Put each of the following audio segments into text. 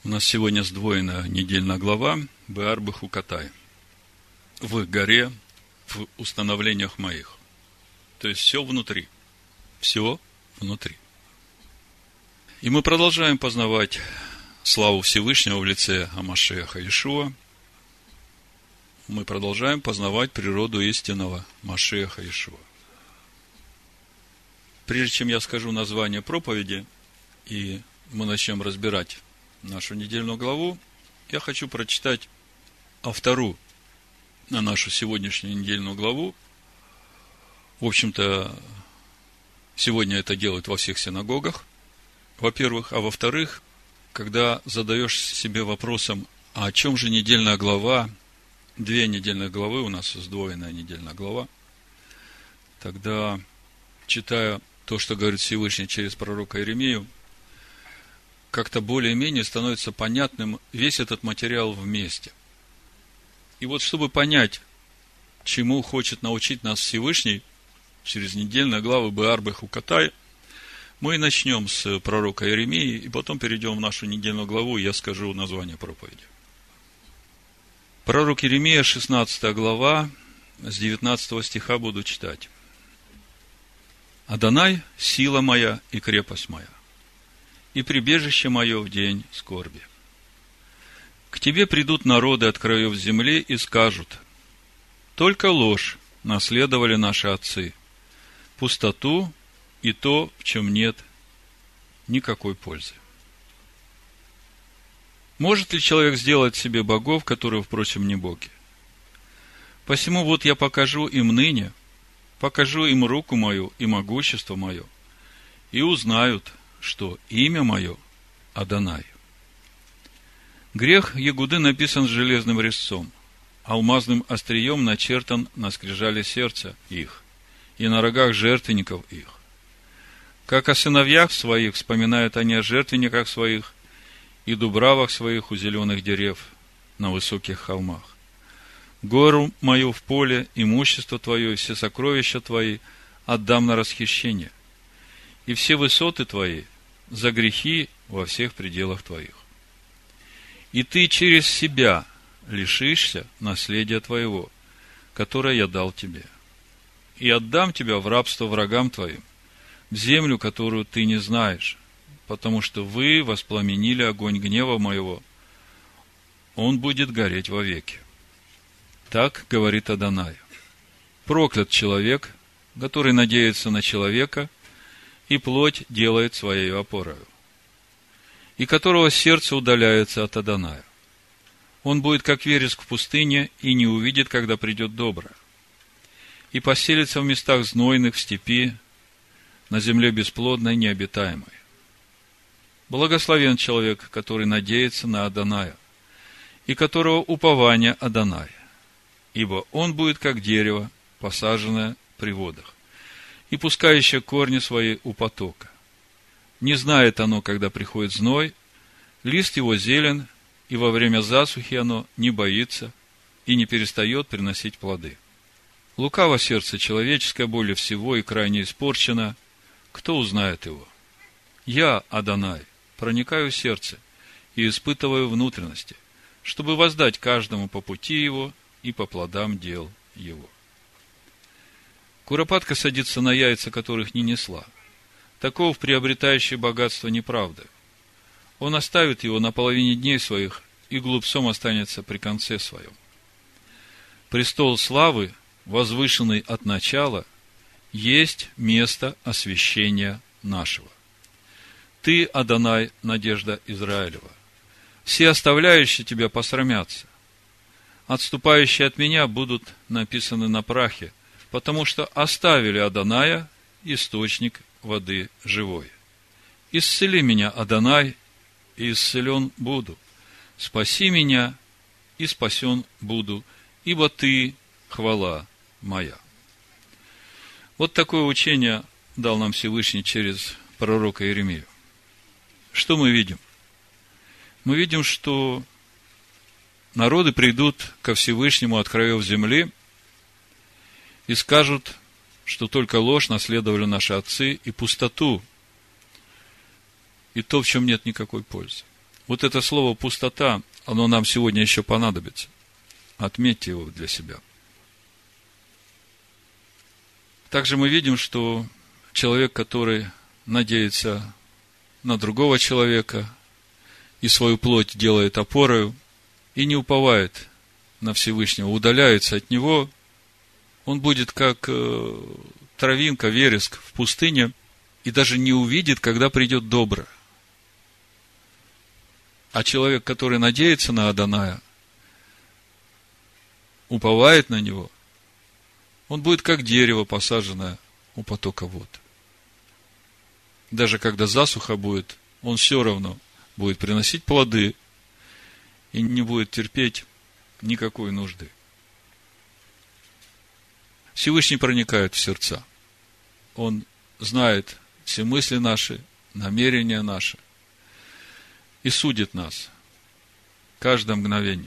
У нас сегодня сдвоенная недельная глава Беар бехукатай. В горе, в установлениях моих. То есть все внутри. Все внутри. И мы продолжаем познавать славу Всевышнего в лице Амашеха Иешуа. Мы продолжаем познавать природу истинного Машеха Иешуа. Прежде чем я скажу название проповеди, и мы начнем разбирать нашу недельную главу, я хочу прочитать автору на нашу сегодняшнюю недельную главу. В общем-то, сегодня это делают во всех синагогах, во-первых. А во-вторых, когда задаешь себе вопросом, а о чем же недельная глава, две недельные главы, у нас сдвоенная недельная глава, тогда, читая то, что говорит Всевышний через пророка Иеремию, как-то более-менее становится понятным весь этот материал вместе. И вот, чтобы понять, чему хочет научить нас Всевышний через недельные главы Беар бехукатай, мы начнем с пророка Иеремии, и потом перейдем в нашу недельную главу, и я скажу название проповеди. Пророк Иеремия, 16 глава, с 19 стиха буду читать. «Адонай – сила моя и крепость моя, и прибежище мое в день скорби. К тебе придут народы от краев земли и скажут: только ложь наследовали наши отцы, пустоту и то, в чем нет никакой пользы. Может ли человек сделать себе богов, которые, впрочем, не боги? Посему вот я покажу им ныне, покажу им руку мою и могущество мое, и узнают, что имя мое Адонай. Грех Егуды написан железным резцом, алмазным острием начертан на скрижале сердца их и на рогах жертвенников их. Как о сыновьях своих вспоминают они о жертвенниках своих и дубравах своих у зеленых дерев на высоких холмах. Гору мою в поле, имущество твое и все сокровища твои отдам на расхищение, и все высоты твои за грехи во всех пределах твоих. И ты через себя лишишься наследия твоего, которое я дал тебе. И отдам тебя в рабство врагам твоим, в землю, которую ты не знаешь, потому что вы воспламенили огонь гнева моего, он будет гореть вовеки. Так говорит Адонай. Проклят человек, который надеется на человека, и плоть делает своей опорою, и которого сердце удаляется от Адоная. Он будет, как вереск в пустыне, и не увидит, когда придет доброе, и поселится в местах знойных, в степи, на земле бесплодной, необитаемой. Благословен человек, который надеется на Адоная, и которого упование Адонай, ибо он будет, как дерево, посаженное при водах, и пускающее корни свои у потока. Не знает оно, когда приходит зной, лист его зелен, и во время засухи оно не боится и не перестает приносить плоды. Лукаво сердце человеческое более всего и крайне испорчено, кто узнает его? Я, Адонай, проникаю в сердце и испытываю внутренности, чтобы воздать каждому по пути его и по плодам дел его. Куропатка садится на яйца, которых не несла. Таков приобретающий богатство неправды. Он оставит его на половине дней своих, и глупцом останется при конце своем. Престол славы, возвышенный от начала, есть место освящения нашего. Ты, Адонай, надежда Израилева. Все оставляющие тебя посрамятся. Отступающие от меня будут написаны на прахе, потому что оставили Адоная, источник воды живой. Исцели меня, Адонай, и исцелен буду. Спаси меня, и спасен буду, ибо ты хвала моя. Вот такое учение дал нам Всевышний через пророка Иеремию. Что мы видим? Мы видим, что народы придут ко Всевышнему от краев земли и скажут, что только ложь наследовали наши отцы, и пустоту, и то, в чем нет никакой пользы. Вот это слово «пустота», оно нам сегодня еще понадобится. Отметьте его для себя. Также мы видим, что человек, который надеется на другого человека и свою плоть делает опорою, и не уповает на Всевышнего, удаляется от него, он будет как травинка, вереск в пустыне, и даже не увидит, когда придет доброе. А человек, который надеется на Адоная, уповает на него, он будет как дерево, посаженное у потока вод. Даже когда засуха будет, он все равно будет приносить плоды и не будет терпеть никакой нужды. Всевышний проникает в сердца. Он знает все мысли наши, намерения наши и судит нас каждое мгновение.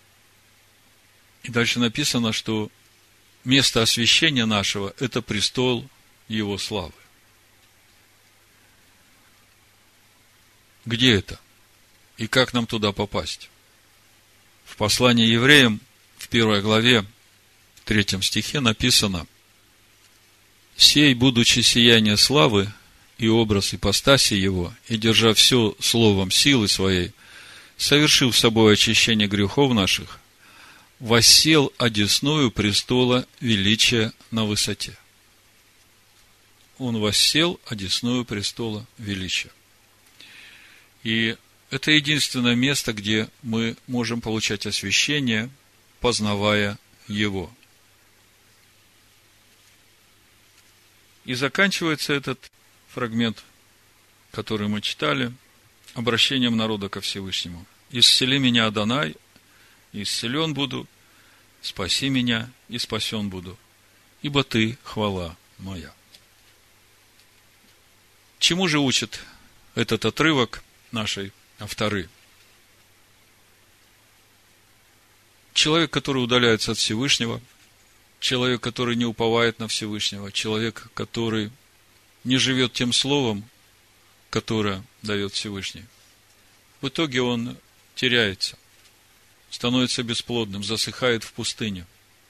И дальше написано, что место освящения нашего – это престол Его славы. Где это? И как нам туда попасть? В послании евреям, в 1 главе, 3 стихе написано: «Сей, будучи сияние славы и образ ипостаси Его, и держа все словом силы Своей, совершив собой очищение грехов наших, воссел одесную престола величия на высоте». Он воссел одесную престола величия. И это единственное место, где мы можем получать освящение, познавая Его. И заканчивается этот фрагмент, который мы читали, обращением народа ко Всевышнему. «Исцели меня, Адонай, исцелен буду, спаси меня, и спасен буду, ибо Ты хвала моя». Чему же учит этот отрывок нашей авторы? Человек, который удаляется от Всевышнего, человек, который не уповает на Всевышнего, человек, который не живет тем словом, которое дает Всевышний, в итоге он теряется, становится бесплодным, засыхает в пустыне.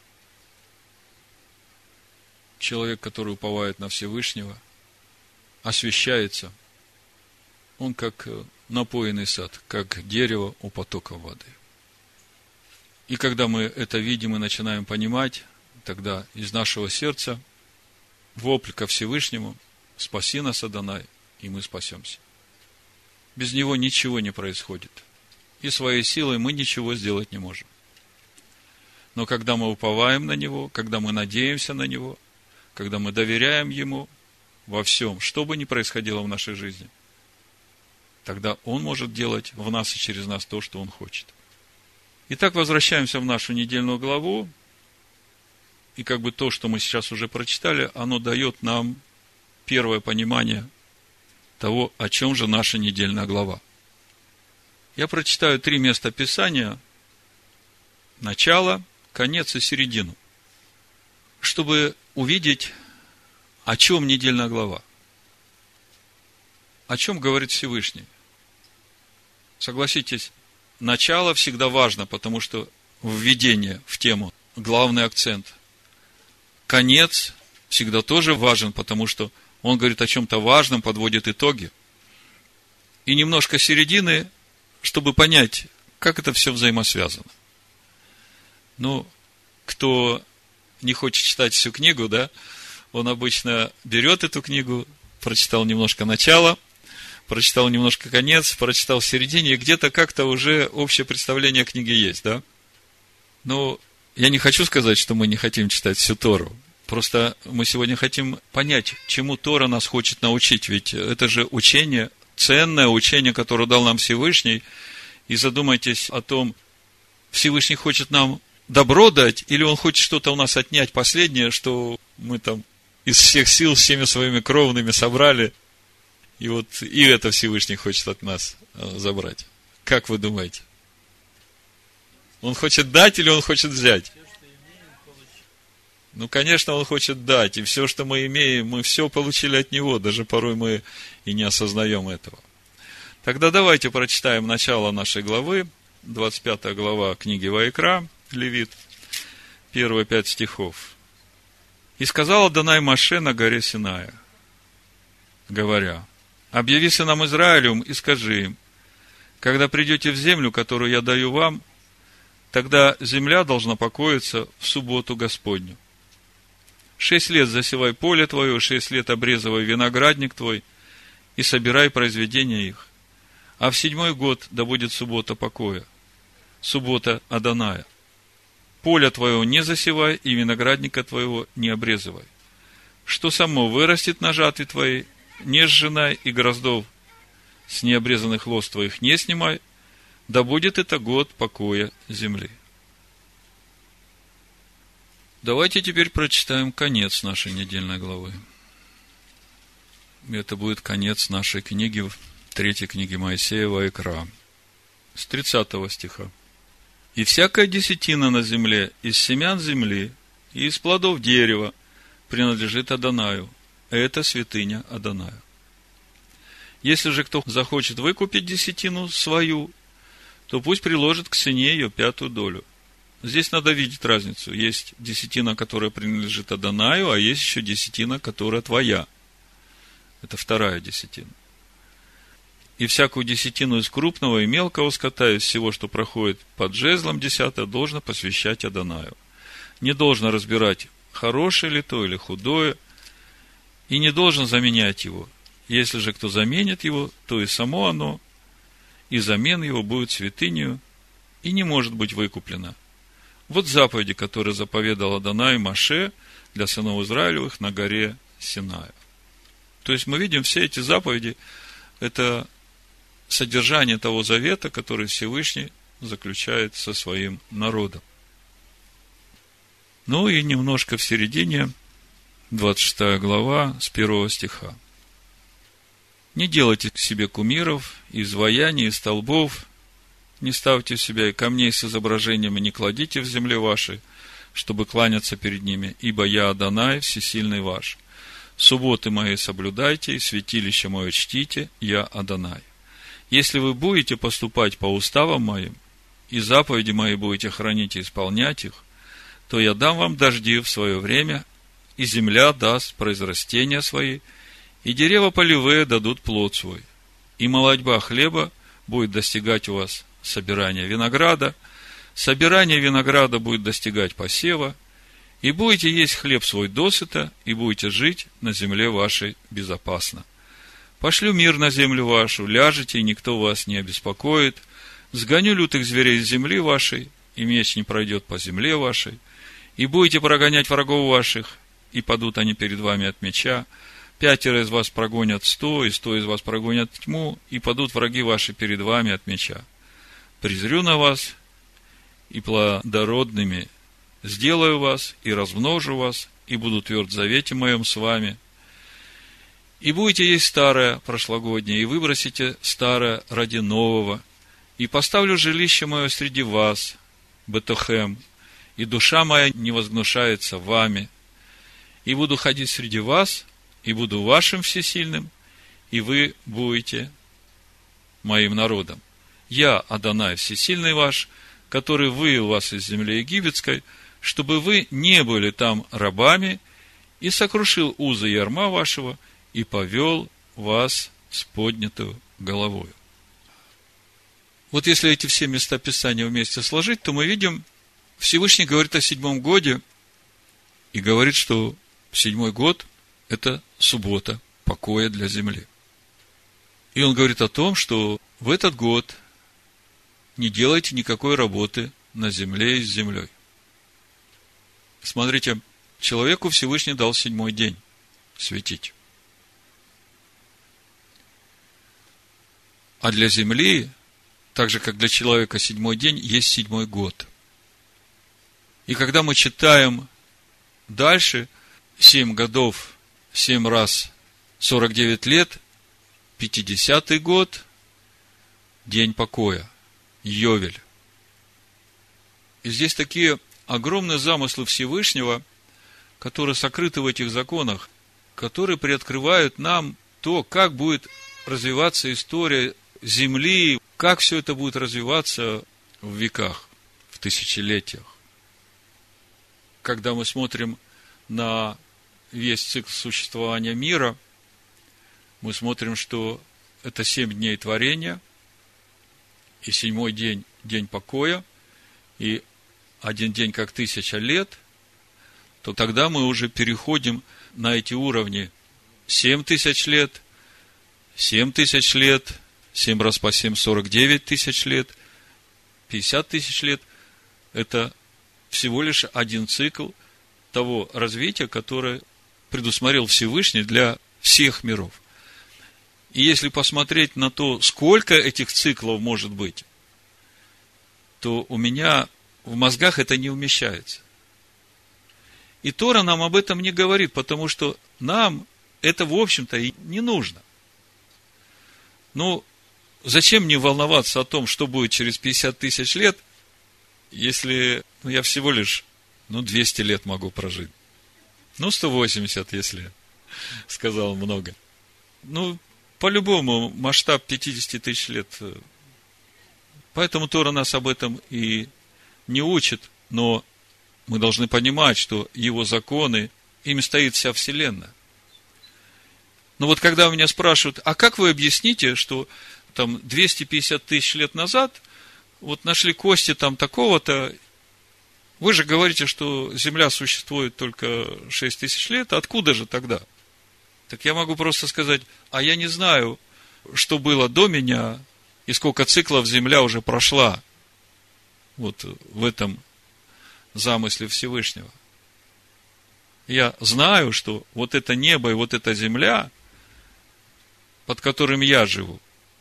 Человек, который уповает на Всевышнего, освящается, он как напоенный сад, как дерево у потока воды. И когда мы это видим и начинаем понимать, тогда из нашего сердца вопль ко Всевышнему: «Спаси нас, Адонай», и мы спасемся. Без Него ничего не происходит. И своей силой мы ничего сделать не можем. Но когда мы уповаем на Него, когда мы надеемся на Него, когда мы доверяем Ему во всем, что бы ни происходило в нашей жизни, тогда Он может делать в нас и через нас то, что Он хочет. Итак, возвращаемся в нашу недельную главу. И как бы то, что мы сейчас уже прочитали, оно дает нам первое понимание того, о чем же наша недельная глава. Я прочитаю 3 места Писания: начало, конец и середину, чтобы увидеть, о чем недельная глава. О чем говорит Всевышний. Согласитесь, начало всегда важно, потому что введение в тему – главный акцент. Конец всегда тоже важен, потому что он говорит о чем-то важном, подводит итоги. И немножко середины, чтобы понять, как это все взаимосвязано. Ну, кто не хочет читать всю книгу, да, он обычно берет эту книгу, прочитал немножко начало, прочитал немножко конец, прочитал в середине, и где-то как-то уже общее представление о книге есть, да? Но я не хочу сказать, что мы не хотим читать всю Тору. Просто мы сегодня хотим понять, чему Тора нас хочет научить. Ведь это же учение, ценное учение, которое дал нам Всевышний. И задумайтесь о том, Всевышний хочет нам добро дать, или Он хочет что-то у нас отнять последнее, что мы там из всех сил всеми своими кровными собрали. И вот и это Всевышний хочет от нас забрать. Как вы думаете? Он хочет дать или Он хочет взять? Ну, конечно, Он хочет дать. И все, что мы имеем, мы все получили от Него. Даже порой мы и не осознаем этого. Тогда давайте прочитаем начало нашей главы, 25 глава книги Ваикра, Левит, первые 5 стихов. «И сказал Адонай Моше на горе Синая, говоря: объяви сынам Израилевым и скажи им: когда придете в землю, которую я даю вам, тогда земля должна покоиться в субботу Господню. 6 лет засевай поле твое, 6 лет обрезывай виноградник твой и собирай произведения их. А в 7-й год да будет суббота покоя, суббота Адоная. Поле твоего не засевай и виноградника твоего не обрезывай. Что само вырастет на жатве твоей, не сжинай, и гроздов с необрезанных лоз твоих не снимай, да будет это год покоя земли». Давайте теперь прочитаем конец нашей недельной главы. Это будет конец нашей книги, 3 книги Моисея Ваикра, с 30 стиха. «И всякая десятина на земле из семян земли и из плодов дерева принадлежит Адонаю. Это святыня Адонаю. Если же кто захочет выкупить десятину свою, то пусть приложит к цене ее 5-ю долю». Здесь надо видеть разницу. Есть десятина, которая принадлежит Адонаю, а есть еще десятина, которая твоя. Это 2-я десятина. «И всякую десятину из крупного и мелкого скота, из всего, что проходит под жезлом 10-е, должно посвящать Адонаю. Не должно разбирать, хорошее ли то или худое, и не должен заменять его. Если же кто заменит его, то и само оно, и замен его будет святынею, и не может быть выкуплено. Вот заповеди, которые заповедал Адонай Моше для сынов Израилевых на горе Синая». То есть мы видим, все эти заповеди – это содержание того завета, который Всевышний заключает со своим народом. Ну и немножко в середине, 26 глава, с 1 стиха. «Не делайте себе кумиров, изваяний и столбов, не ставьте в себя и камней с изображением, и не кладите в земле вашей, чтобы кланяться перед ними, ибо я Адонай, всесильный ваш. Субботы мои соблюдайте, и святилище мое чтите, я Адонай. Если вы будете поступать по уставам моим, и заповеди мои будете хранить и исполнять их, то я дам вам дожди в свое время, и земля даст произрастения свои, и дерева полевые дадут плод свой, и молодьба хлеба будет достигать у вас собирания винограда, собирание винограда будет достигать посева, и будете есть хлеб свой досыта, и будете жить на земле вашей безопасно. Пошлю мир на землю вашу, ляжете, и никто вас не обеспокоит. Сгоню лютых зверей с земли вашей, и меч не пройдет по земле вашей. И будете прогонять врагов ваших, и падут они перед вами от меча. 5 из вас прогонят 100, и 100 из вас прогонят тьму, и падут враги ваши перед вами от меча. Презрю на вас, и плодородными сделаю вас, и размножу вас, и буду тверд в завете моем с вами. И будете есть старое прошлогоднее, и выбросите старое ради нового. И поставлю жилище мое среди вас, Бетохем, и душа моя не возгнушается вами. И буду ходить среди вас, и буду вашим всесильным, и вы будете моим народом. Я, Адонай, всесильный ваш, который вывел вас из земли египетской, чтобы вы не были там рабами, и сокрушил узы ярма вашего, и повел вас с поднятую головою». Вот если эти все места Писания вместе сложить, то мы видим, Всевышний говорит о 7-м годе, и говорит, что 7-й год – это суббота покоя для земли. И он говорит о том, что в этот год не делайте никакой работы на земле и с землей. Смотрите, человеку Всевышний дал 7-й день светить. А для земли, так же, как для человека 7-й день, есть 7-й год. И когда мы читаем дальше, 7 годов, 7 раз 49 лет, 50-й год, день покоя, Йовель. И здесь такие огромные замыслы Всевышнего, которые сокрыты в этих законах, которые приоткрывают нам то, как будет развиваться история земли, как все это будет развиваться в веках, в тысячелетиях. Когда мы смотрим на весь цикл существования мира, мы смотрим, что это 7 дней творения, и 7-й день – день покоя, и 1 день как 1000 лет, то тогда мы уже переходим на эти уровни 7000 лет, 7000 лет, 7 раз по 7 – 49 тысяч лет, 50 тысяч лет. Это всего лишь один цикл того развития, которое предусмотрел Всевышний для всех миров. И если посмотреть на то, сколько этих циклов может быть, то у меня в мозгах это не умещается. И Тора нам об этом не говорит, потому что нам это, в общем-то, и не нужно. Ну, зачем мне волноваться о том, что будет через 50 тысяч лет, если я всего лишь 200 лет могу прожить? 180, если сказал много. По-любому, масштаб 50 тысяч лет. Поэтому Тора нас об этом и не учит, но мы должны понимать, что его законы, ими стоит вся вселенная. Но вот когда у меня спрашивают, а как вы объясните, что там 250 тысяч лет назад вот нашли кости там такого-то, вы же говорите, что Земля существует только 6 тысяч лет, откуда же тогда? Так я могу просто сказать, а я не знаю, что было до меня, и сколько циклов Земля уже прошла вот в этом замысле Всевышнего. Я знаю, что вот это небо и вот эта земля, под которым я живу,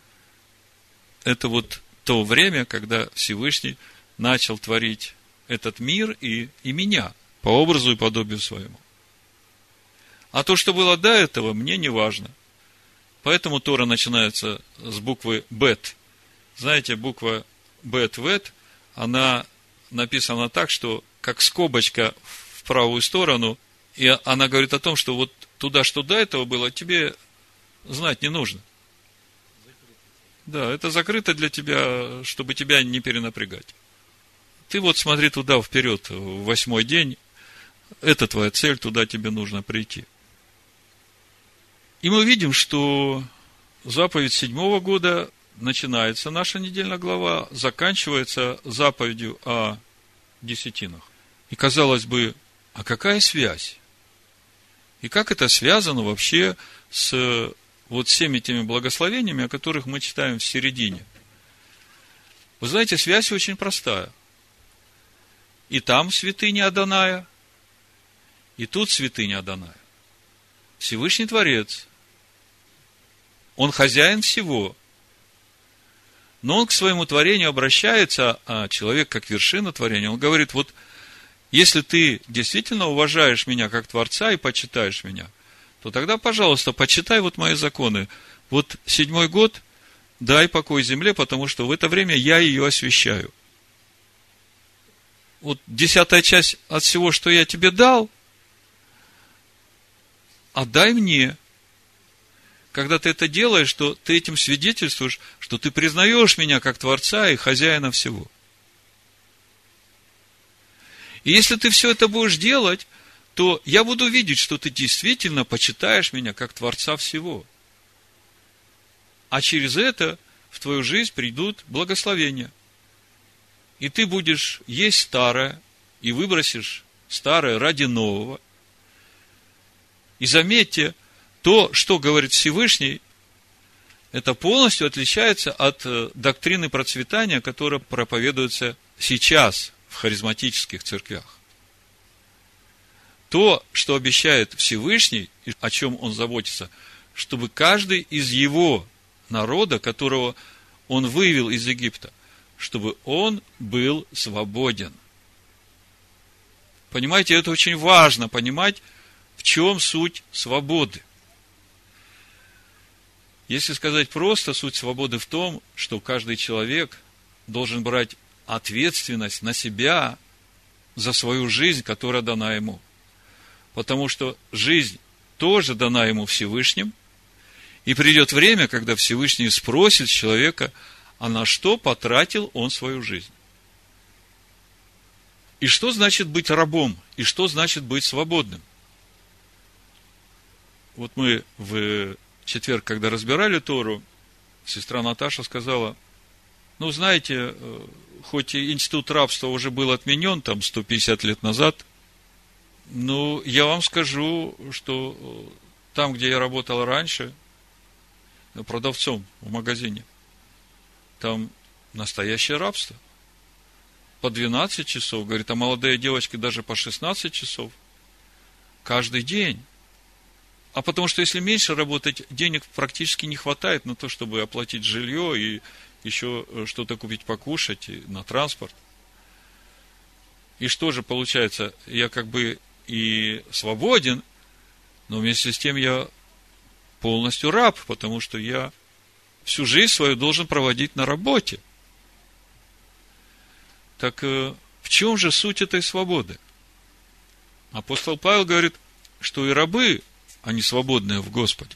это вот то время, когда Всевышний начал творить этот мир и меня по образу и подобию своему. А то, что было до этого, мне не важно. Поэтому Тора начинается с буквы Бет. Знаете, буква Бет, Вет, она написана так, что как скобочка в правую сторону, и она говорит о том, что вот туда, что до этого было, тебе знать не нужно. Да, это закрыто для тебя, чтобы тебя не перенапрягать. Ты вот смотри туда вперед, в 8-й день, это твоя цель, туда тебе нужно прийти. И мы видим, что заповедь 7-го года начинается наша недельная глава, заканчивается заповедью о десятинах. И казалось бы, а какая связь? И как это связано вообще с вот всеми теми благословениями, о которых мы читаем в середине? Вы знаете, связь очень простая. И там святыня Адоная, и тут святыня Адоная. Всевышний Творец, Он хозяин всего. Но Он к своему творению обращается, а человек как вершина творения, Он говорит, вот если ты действительно уважаешь меня как Творца и почитаешь меня, то тогда, пожалуйста, почитай вот мои законы. Вот 7-й год дай покой земле, потому что в это время я ее освящаю. Вот 10-я часть от всего, что я тебе дал, отдай мне. Когда ты это делаешь, то ты этим свидетельствуешь, что ты признаешь меня как Творца и хозяина всего. И если ты все это будешь делать, то я буду видеть, что ты действительно почитаешь меня как Творца всего. А через это в твою жизнь придут благословения. И ты будешь есть старое, и выбросишь старое ради нового. И заметьте, то, что говорит Всевышний, это полностью отличается от доктрины процветания, которая проповедуется сейчас в харизматических церквях. То, что обещает Всевышний, и о чем Он заботится, чтобы каждый из его народа, которого Он вывел из Египта, чтобы он был свободен. Понимаете, это очень важно понимать, в чем суть свободы. Если сказать просто, суть свободы в том, что каждый человек должен брать ответственность на себя за свою жизнь, которая дана ему. Потому что жизнь тоже дана ему Всевышним, И придет время, когда Всевышний спросит человека, а на что потратил он свою жизнь. И что значит быть рабом? И что значит быть свободным? Вот мы в четверг, когда разбирали Тору, сестра Наташа сказала, знаете, хоть и институт рабства уже был отменен, 150 лет назад, но я вам скажу, что там, где я работал раньше, продавцом в магазине, там настоящее рабство. По 12 часов, говорит, а молодые девочки даже по 16 часов. Каждый день. А потому что если меньше работать, денег практически не хватает на то, чтобы оплатить жилье и еще что-то купить покушать, и на транспорт. И что же получается? Я как бы и свободен, но вместе с тем я полностью раб, потому что я всю жизнь свою должен проводить на работе. Так в чем же суть этой свободы? Апостол Павел говорит, что и рабы, они свободные в Господе.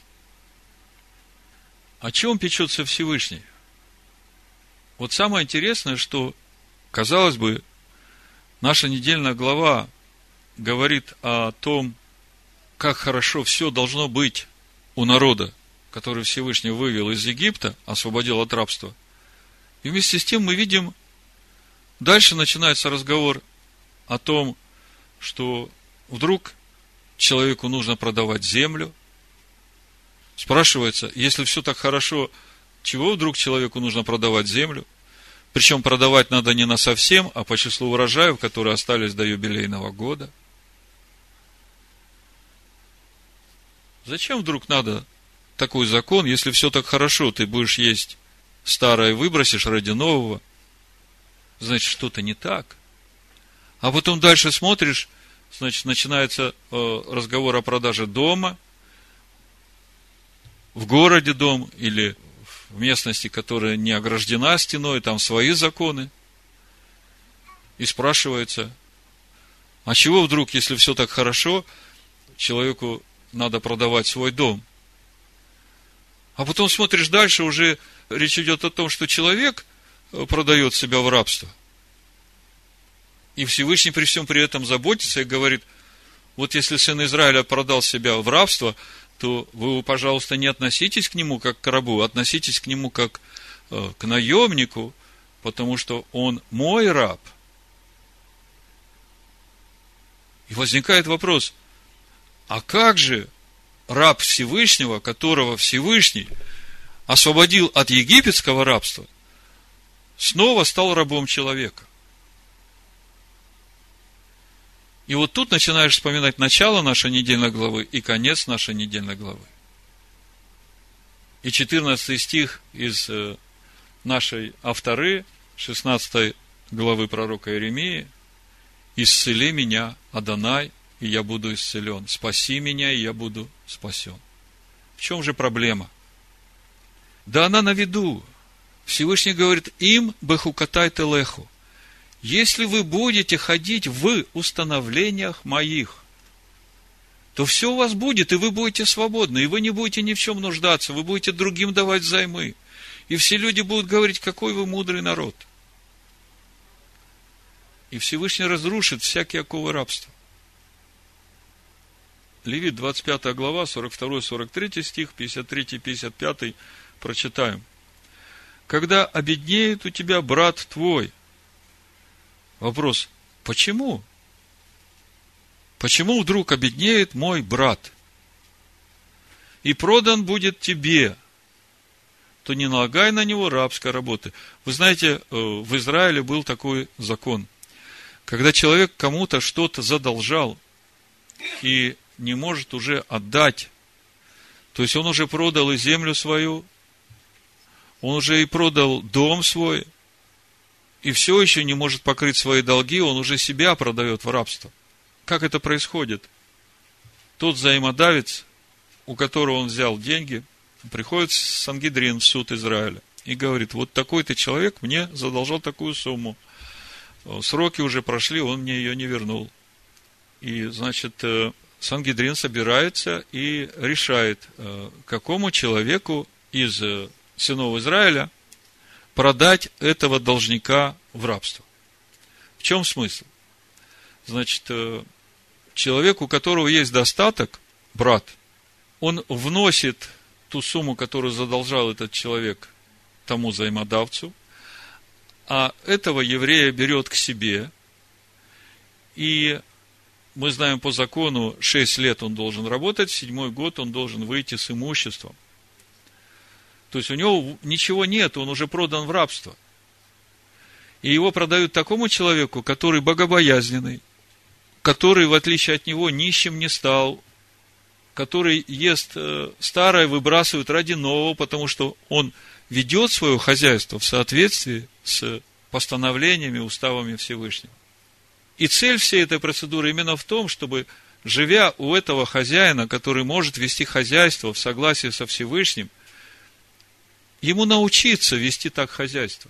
О чем печется Всевышний? Вот самое интересное, что, казалось бы, наша недельная глава говорит о том, как хорошо все должно быть у народа, который Всевышний вывел из Египта, освободил от рабства. И вместе с тем мы видим, дальше начинается разговор о том, что вдруг человеку нужно продавать землю. Спрашивается, если все так хорошо, чего вдруг человеку нужно продавать землю? Причем продавать надо не на совсем, а по числу урожаев, которые остались до юбилейного года. Зачем вдруг надо такой закон, если все так хорошо, ты будешь есть старое и выбросишь ради нового? Значит, что-то не так. А потом дальше смотришь, значит, начинается разговор о продаже дома, в городе дом или в местности, которая не ограждена стеной, там свои законы. И спрашивается, а чего вдруг, если все так хорошо, человеку надо продавать свой дом? А потом смотришь дальше, уже речь идет о том, что человек продает себя в рабство. И Всевышний при всем при этом заботится и говорит, вот если сын Израиля продал себя в рабство, то вы, пожалуйста, не относитесь к нему как к рабу, относитесь к нему как к наемнику, потому что он мой раб. И возникает вопрос, а как же раб Всевышнего, которого Всевышний освободил от египетского рабства, снова стал рабом человека? И вот тут начинаешь вспоминать начало нашей недельной главы и конец нашей недельной главы. И 14 стих из нашей авторы, 16 главы пророка Иеремии: «Исцели меня, Адонай, и я буду исцелен. Спаси меня, и я буду спасен». В чем же проблема? Да она на виду. Всевышний говорит, им бехукатай телеху. Если вы будете ходить в установлениях моих, то все у вас будет, и вы будете свободны, и вы не будете ни в чем нуждаться, вы будете другим давать взаймы. И все люди будут говорить, какой вы мудрый народ. И Всевышний разрушит всякие оковы рабства. Левит, 25 глава, 42-43 стих, 53-55 прочитаем. «Когда обеднеет у тебя брат твой». Вопрос, почему? Почему вдруг обеднеет мой брат? «И продан будет тебе, то не налагай на него рабской работы». Вы знаете, в Израиле был такой закон. Когда человек кому-то что-то задолжал и не может уже отдать, то есть он уже продал и землю свою, он уже и продал дом свой, и все еще не может покрыть свои долги, он уже себя продает в рабство. Как это происходит? Тот взаимодавец, у которого он взял деньги, приходит в Сангедрин, в суд Израиля, и говорит, вот такой-то человек мне задолжал такую сумму. Сроки уже прошли, он мне ее не вернул. И, значит, Сангедрин собирается и решает, какому человеку из сынов Израиля продать этого должника в рабство. В чем смысл? Значит, человек, у которого есть достаток, брат, он вносит ту сумму, которую задолжал этот человек тому взаимодавцу, а этого еврея берет к себе, и мы знаем по закону, 6 лет он должен работать, в 7-й год он должен выйти с имуществом. То есть у него ничего нет, он уже продан в рабство. И его продают такому человеку, который богобоязненный, который, в отличие от него, нищим не стал, который ест старое, выбрасывает ради нового, потому что он ведет свое хозяйство в соответствии с постановлениями, уставами Всевышнего. И цель всей этой процедуры именно в том, чтобы, живя у этого хозяина, который может вести хозяйство в согласии со Всевышним, ему научиться вести так хозяйство.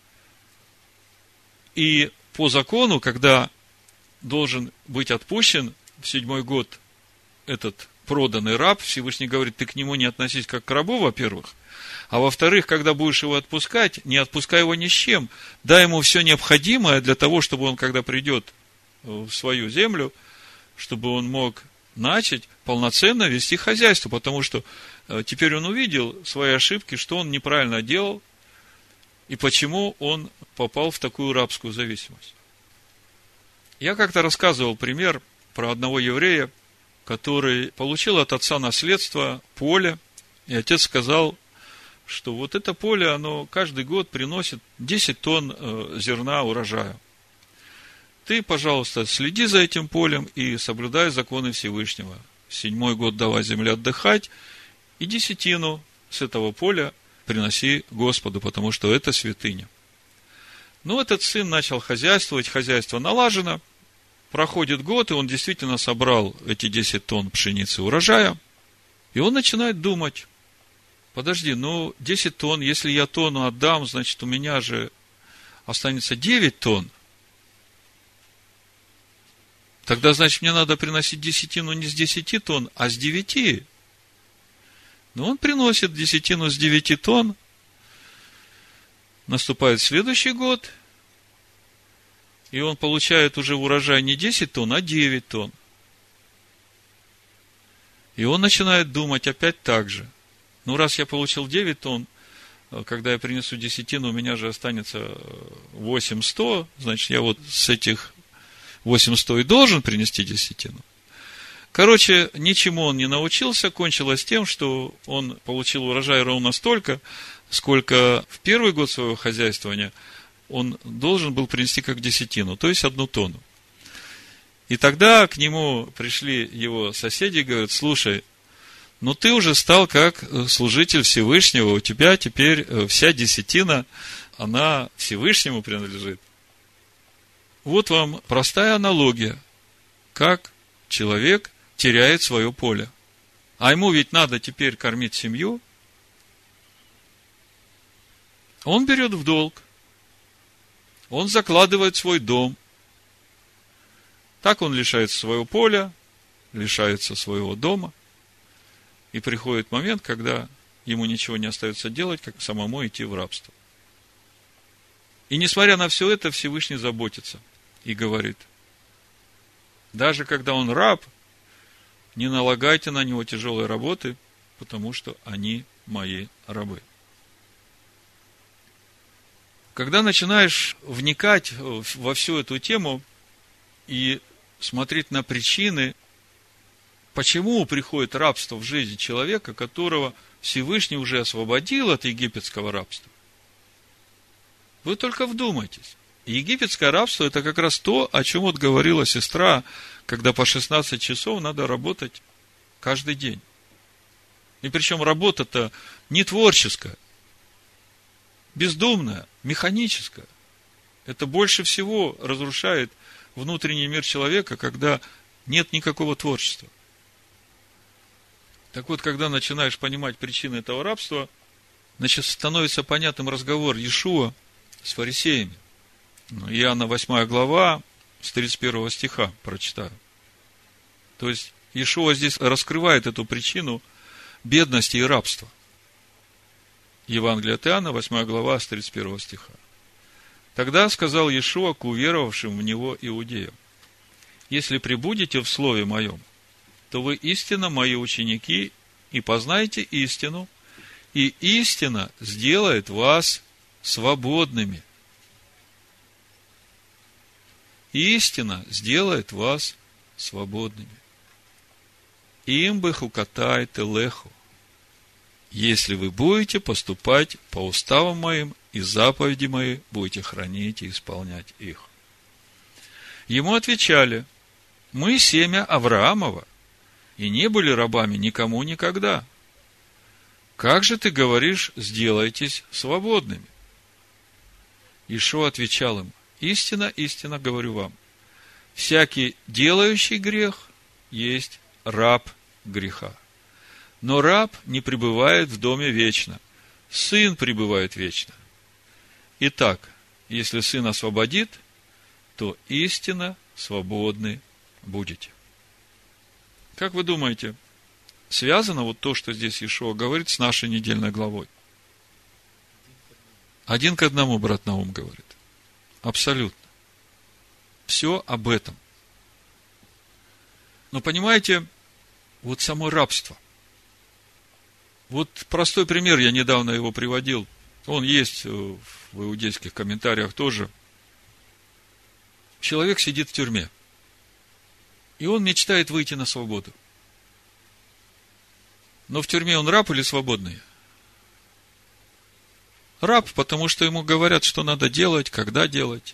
И по закону, когда должен быть отпущен в 7-й год этот проданный раб, Всевышний говорит, ты к нему не относись как к рабу, во-первых, а во-вторых, когда будешь его отпускать, не отпускай его ни с чем, дай ему все необходимое для того, чтобы он, когда придет в свою землю, чтобы он мог начать полноценно вести хозяйство, потому что теперь он увидел свои ошибки, что он неправильно делал, и почему он попал в такую рабскую зависимость. Я как-то рассказывал пример про одного еврея, который получил от отца наследство поле, и отец сказал, что вот это поле, оно каждый год приносит 10 тонн зерна урожая. Ты, пожалуйста, следи за этим полем и соблюдай законы Всевышнего. 7-й год давай земле отдыхать, и 10 с этого поля приноси Господу, потому что это святыня. Ну, этот сын начал хозяйствовать, хозяйство налажено, проходит год, и он действительно собрал эти 10 тонн пшеницы урожая, и он начинает думать, подожди, 10 тонн, если я тонну отдам, значит, у меня же останется 9 тонн. Тогда, значит, мне надо приносить десятину не с 10 тонн, а с 9. Но он приносит десятину с 9 тонн. Наступает следующий год, и он получает уже урожай не 10 тонн, а 9 тонн. И он начинает думать опять так же. Раз я получил 9 тонн, когда я принесу десятину, у меня же останется 800, значит, я вот с этих 800 и должен принести десятину. Короче, ничему он не научился, кончилось тем, что он получил урожай ровно столько, сколько в первый год своего хозяйствования он должен был принести как десятину, то есть 1 тонну. И тогда к нему пришли его соседи и говорят, слушай, ты уже стал как служитель Всевышнего, у тебя теперь вся десятина, она Всевышнему принадлежит. Вот вам простая аналогия, как человек теряет свое поле. А ему ведь надо теперь кормить семью. Он берет в долг, он закладывает свой дом. Так он лишается своего поля, лишается своего дома. И приходит момент, когда ему ничего не остается делать, как самому идти в рабство. И несмотря на все это, Всевышний заботится и говорит, даже когда он раб, не налагайте на него тяжелой работы, потому что они мои рабы. Когда начинаешь вникать во всю эту тему и смотреть на причины, почему приходит рабство в жизнь человека, которого Всевышний уже освободил от египетского рабства, вы только вдумайтесь. Египетское рабство – это как раз то, о чем вот говорила сестра, когда по 16 часов надо работать каждый день. И причем работа-то не творческая, бездумная, механическая. Это больше всего разрушает внутренний мир человека, когда нет никакого творчества. Так вот, когда начинаешь понимать причины этого рабства, значит, становится понятным разговор Иешуа с фарисеями. Иоанна 8 глава, с 31 стиха прочитаю. То есть, Иешуа здесь раскрывает эту причину бедности и рабства. Евангелие от Иоанна, 8 глава, с 31 стиха. Тогда сказал Иешуа к уверовавшим в Него иудеям: если пребудете в Слове Моем, то вы истинно Мои ученики, и познаете истину, и истина сделает вас свободными. Истина сделает вас свободными. Им бы хукатай телеху, если вы будете поступать по уставам Моим и заповеди Мои будете хранить и исполнять их. Ему отвечали: мы семя Авраамова, и не были рабами никому никогда. Как же ты говоришь, сделайтесь свободными? Иешуа отвечал им: истинно, истинно говорю вам, всякий делающий грех есть раб греха. Но раб не пребывает в доме вечно, сын пребывает вечно. Итак, если сын освободит, то истинно свободны будете. Как вы думаете, связано вот то, что здесь Иешуа говорит, с нашей недельной главой? 1 к 1, брат Наум говорит. Абсолютно. Все об этом. Но понимаете, вот само рабство. Вот простой пример, я недавно его приводил. Он есть в иудейских комментариях тоже. Человек сидит в тюрьме. И он мечтает выйти на свободу. Но в тюрьме он раб или свободный? Раб, потому что ему говорят, что надо делать, когда делать.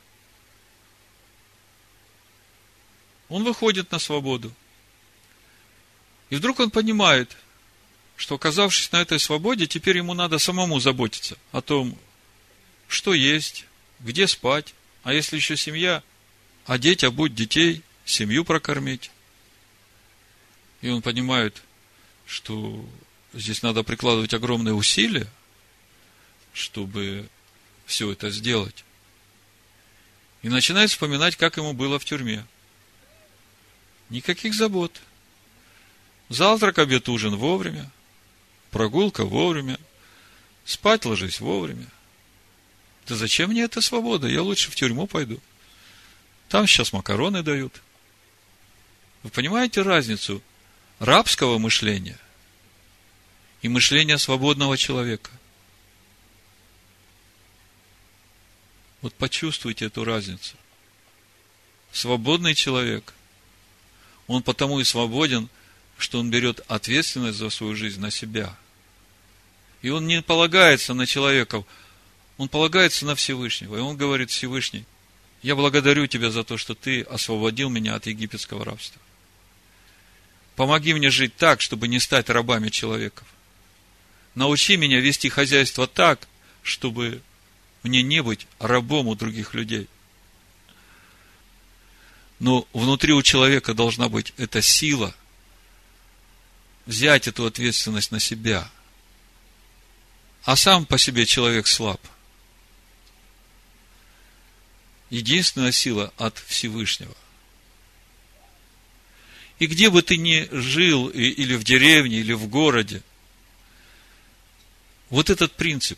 Он выходит на свободу. И вдруг он понимает, что, оказавшись на этой свободе, теперь ему надо самому заботиться о том, что есть, где спать, а если еще семья, одеть, обуть детей, семью прокормить. И он понимает, что здесь надо прикладывать огромные усилия, чтобы все это сделать. И начинает вспоминать, как ему было в тюрьме. Никаких забот. Завтрак, обед, ужин вовремя. Прогулка вовремя. Спать ложись вовремя. Да зачем мне эта свобода? Я лучше в тюрьму пойду. Там сейчас макароны дают. Вы понимаете разницу рабского мышления и мышления свободного человека? Вот почувствуйте эту разницу. Свободный человек, он потому и свободен, что он берет ответственность за свою жизнь на себя. И он не полагается на человеков, он полагается на Всевышнего. И он говорит: Всевышний, я благодарю тебя за то, что ты освободил меня от египетского рабства. Помоги мне жить так, чтобы не стать рабами человеков. Научи меня вести хозяйство так, чтобы мне не быть рабом у других людей. Но внутри у человека должна быть эта сила взять эту ответственность на себя. А сам по себе человек слаб. Единственная сила от Всевышнего. И где бы ты ни жил, или в деревне, или в городе, вот этот принцип: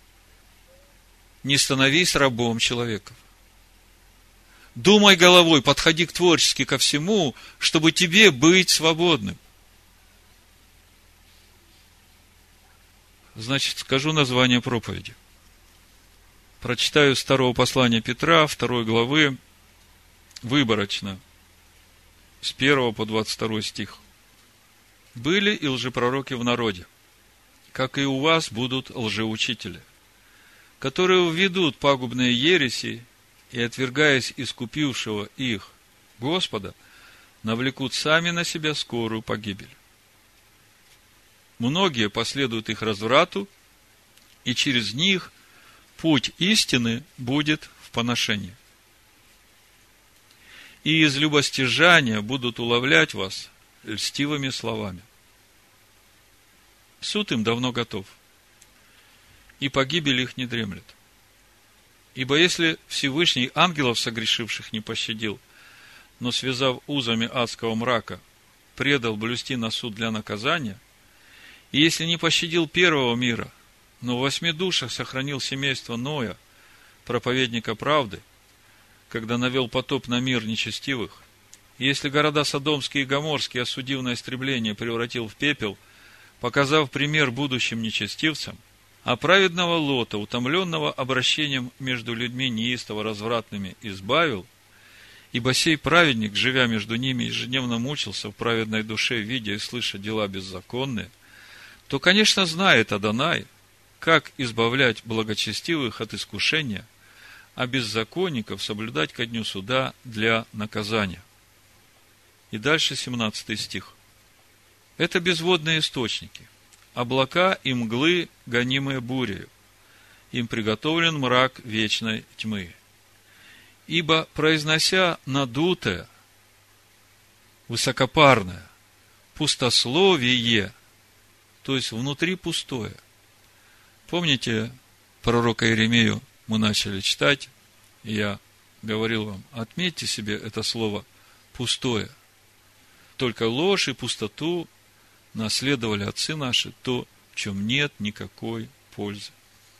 не становись рабом человеков. Думай головой, подходи творчески ко всему, чтобы тебе быть свободным. Значит, скажу название проповеди. Прочитаю с 2 послания Петра, 2 главы, выборочно, с 1 по 22 стих. Были и лжепророки в народе, как и у вас будут лжеучители, которые введут пагубные ереси и, отвергаясь искупившего их Господа, навлекут сами на себя скорую погибель. Многие последуют их разврату, и через них путь истины будет в поношении. И из любостяжания будут уловлять вас льстивыми словами. Суд им давно готов, и погибель их не дремлет. Ибо если Всевышний ангелов согрешивших не пощадил, но, связав узами адского мрака, предал блюсти на суд для наказания, и если не пощадил первого мира, но в 8 душах сохранил семейство Ноя, проповедника правды, когда навел потоп на мир нечестивых, и если города Содомские и Гоморские, осудив на истребление, превратил в пепел, показав пример будущим нечестивцам, а праведного Лота, утомленного обращением между людьми неистово развратными, избавил, ибо сей праведник, живя между ними, ежедневно мучился в праведной душе, видя и слыша дела беззаконные, то, конечно, знает Адонай, как избавлять благочестивых от искушения, а беззаконников соблюдать ко дню суда для наказания. И дальше 17 стих. Это безводные источники, облака и мглы, гонимые бурею. Им приготовлен мрак вечной тьмы. Ибо, произнося надутое, высокопарное, пустословие, то есть внутри пустое. Помните, пророка Иеремию мы начали читать, и я говорил вам, отметьте себе это слово «пустое». Только ложь и пустоту наследовали отцы наши, то, в чем нет никакой пользы.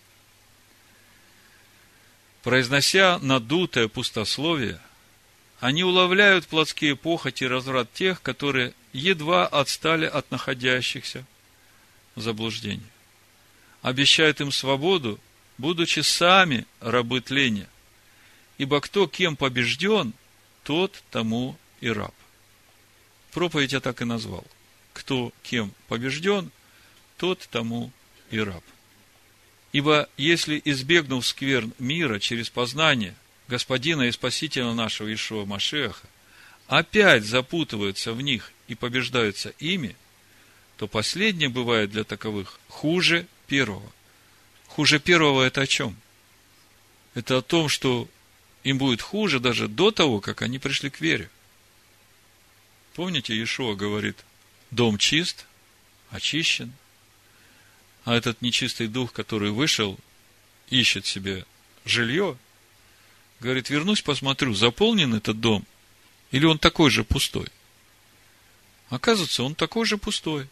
Произнося надутое пустословие, они уловляют плотские похоти и разврат тех, которые едва отстали от находящихся в заблуждении. Обещают им свободу, будучи сами рабы тления. Ибо кто кем побежден, тот тому и раб. Проповедь я так и назвал. Кто кем побежден, тот тому и раб. Ибо если, избегнув скверн мира через познание Господина и Спасителя нашего Иешуа Машиаха, опять запутываются в них и побеждаются ими, то последнее бывает для таковых хуже первого. Хуже первого это о чем? Это о том, что им будет хуже даже до того, как они пришли к вере. Помните, Иешуа говорит, дом чист, очищен, а этот нечистый дух, который вышел, ищет себе жилье, говорит, вернусь, посмотрю, заполнен этот дом, или он такой же пустой. Оказывается, он такой же пустой.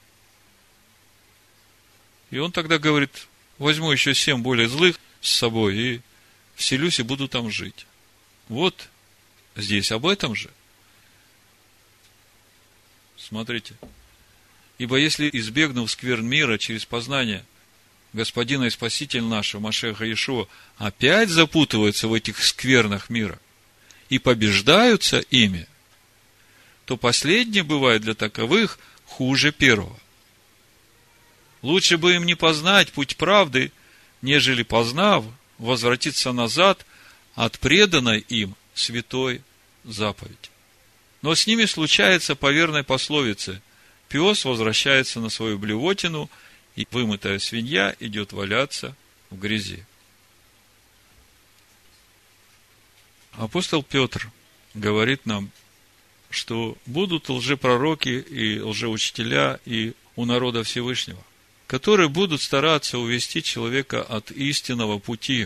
И он тогда говорит, возьму еще 7 более злых с собой и вселюсь и буду там жить. Вот здесь об этом же. Смотрите. Ибо если, избегнув скверн мира через познание Господина и Спасителя нашего Машиаха Иешуа, опять запутываются в этих сквернах мира и побеждаются ими, то последнее бывает для таковых хуже первого. Лучше бы им не познать путь правды, нежели познав, возвратиться назад от преданной им святой заповеди. Но с ними случается по верной пословице: пес возвращается на свою блевотину, и вымытая свинья идет валяться в грязи. Апостол Петр говорит нам, что будут лжепророки и лжеучителя и у народа Всевышнего, которые будут стараться увести человека от истинного пути.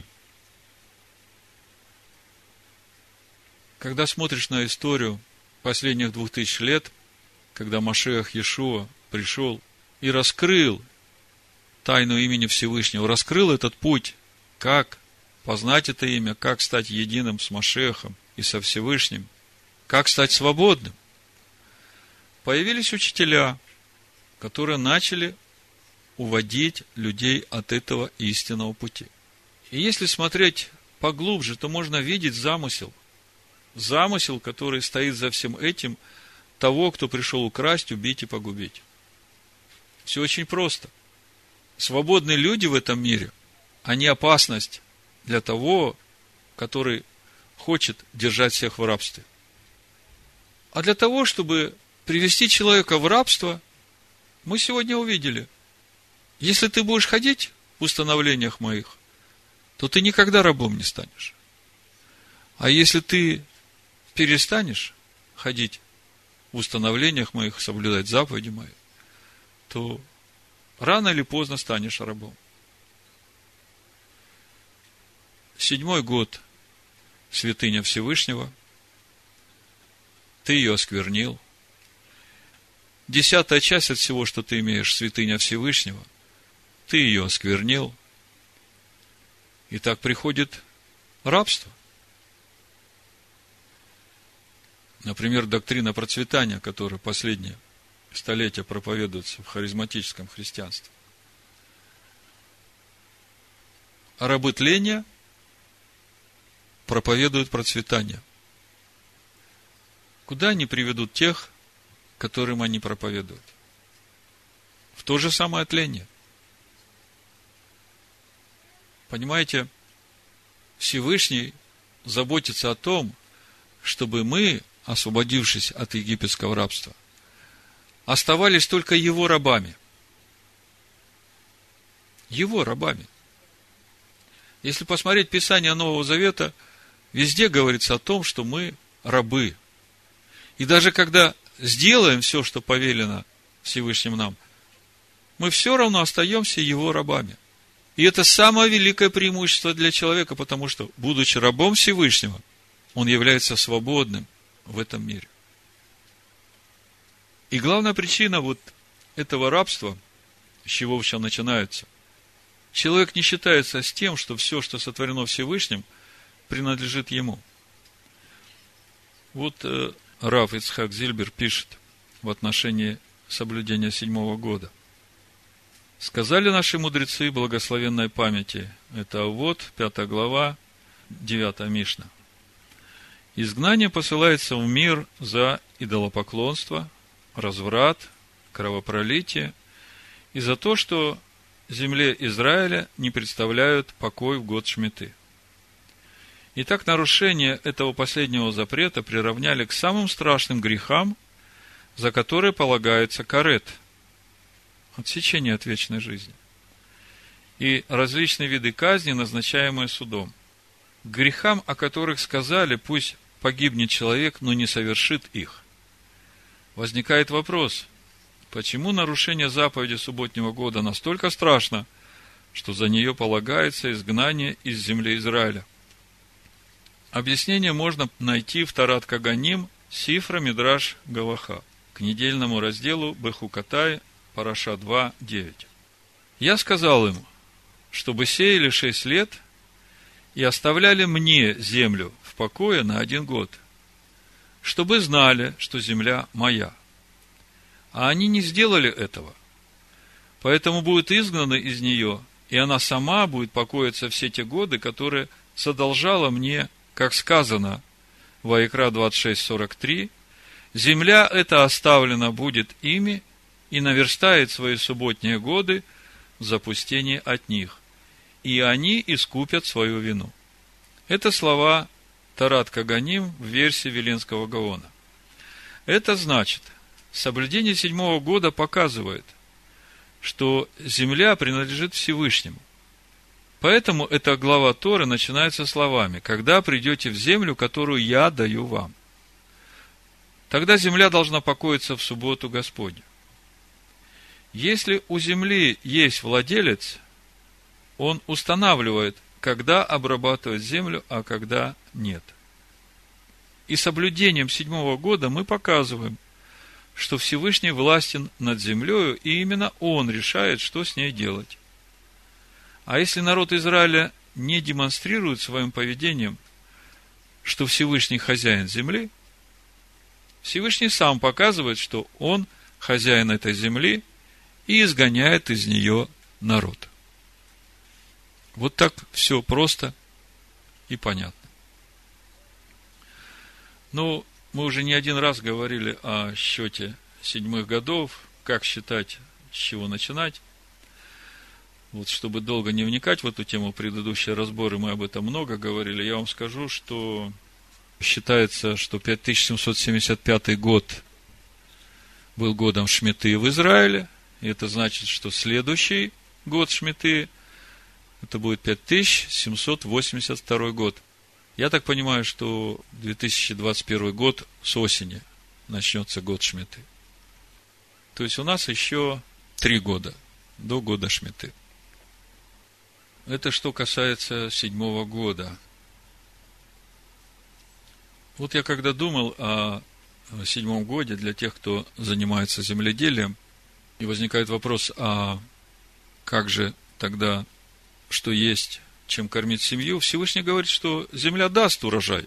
Когда смотришь на историю последних 2000 лет, когда Машиах Иешуа пришел и раскрыл тайну имени Всевышнего, раскрыл этот путь, как познать это имя, как стать единым с Машиахом и со Всевышним, как стать свободным. Появились учителя, которые начали уводить людей от этого истинного пути. И если смотреть поглубже, то можно видеть замысел, который стоит за всем этим, того, кто пришел украсть, убить и погубить. Все очень просто. Свободные люди в этом мире, они опасность для того, который хочет держать всех в рабстве. А для того, чтобы привести человека в рабство, мы сегодня увидели, если ты будешь ходить в установлениях моих, то ты никогда рабом не станешь. А если ты перестанешь ходить в установлениях моих, соблюдать заповеди мои, то рано или поздно станешь рабом. 7-й год святыня Всевышнего, ты ее осквернил, 10-я часть от всего, что ты имеешь, святыня Всевышнего, ты ее осквернил. И так приходит рабство. Например, доктрина процветания, которая последние столетия проповедуется в харизматическом христианстве. А рабы тления проповедуют процветание. Куда они приведут тех, которым они проповедуют? В то же самое тление. Понимаете, Всевышний заботится о том, чтобы мы, освободившись от египетского рабства, оставались только Его рабами. Его рабами. Если посмотреть Писание Нового Завета, везде говорится о том, что мы рабы. И даже когда сделаем все, что повелено Всевышним нам, мы все равно остаемся Его рабами. И это самое великое преимущество для человека, потому что, будучи рабом Всевышнего, он является свободным в этом мире. И главная причина вот этого рабства, с чего все начинается, человек не считается с тем, что все, что сотворено Всевышним, принадлежит ему. Вот Рав Ицхак Зильбер пишет в отношении соблюдения 7-го года. Сказали наши мудрецы благословенной памяти, это Авот, 5 глава, 9 Мишна. Изгнание посылается в мир за идолопоклонство, разврат, кровопролитие и за то, что земле Израиля не представляют покой в год Шмиты. Итак, нарушение этого последнего запрета приравняли к самым страшным грехам, за которые полагается карет, отсечение от вечной жизни, и различные виды казни, назначаемые судом. К грехам, о которых сказали, пусть погибнет человек, но не совершит их. Возникает вопрос, почему нарушение заповеди субботнего года настолько страшно, что за нее полагается изгнание из земли Израиля? Объяснение можно найти в Тарат Каганим, Сифра Мидраш Галаха, к недельному разделу Бехукатай, Параша 2:9. Я сказал им, чтобы сеяли 6 лет и оставляли мне землю в покое на 1 год, чтобы знали, что земля моя. А они не сделали этого. Поэтому будут изгнаны из нее, и она сама будет покоиться все те годы, которые задолжала мне, как сказано, Ваикра 26:43, земля эта оставлена будет ими, и наверстает свои субботние годы в запустении от них, и они искупят свою вину. Это слова Тарат Каганим в версии Виленского Гаона. Это значит, соблюдение 7-го года показывает, что земля принадлежит Всевышнему. Поэтому эта глава Торы начинается словами: «Когда придете в землю, которую я даю вам». Тогда земля должна покоиться в субботу Господню. Если у земли есть владелец, он устанавливает, когда обрабатывать землю, а когда нет. И соблюдением 7-го года мы показываем, что Всевышний властен над землею, и именно Он решает, что с ней делать. А если народ Израиля не демонстрирует своим поведением, что Всевышний хозяин земли, Всевышний сам показывает, что Он хозяин этой земли, и изгоняет из нее народ. Вот так все просто и понятно. Ну, мы уже не один раз говорили о счете 7 годов, как считать, с чего начинать. Вот, чтобы долго не вникать в эту тему, предыдущие разборы мы об этом много говорили, я вам скажу, что считается, что 5775 год был годом Шмиты в Израиле. И это значит, что следующий год Шмиты, это будет 5782 год. Я так понимаю, что 2021 год с осени начнется год Шмиты. То есть у нас еще 3 года до года Шмиты. Это что касается 7-го года. Вот я когда думал о седьмом годе для тех, кто занимается земледелием. И возникает вопрос, а как же тогда, что есть, чем кормить семью? Всевышний говорит, что земля даст урожай.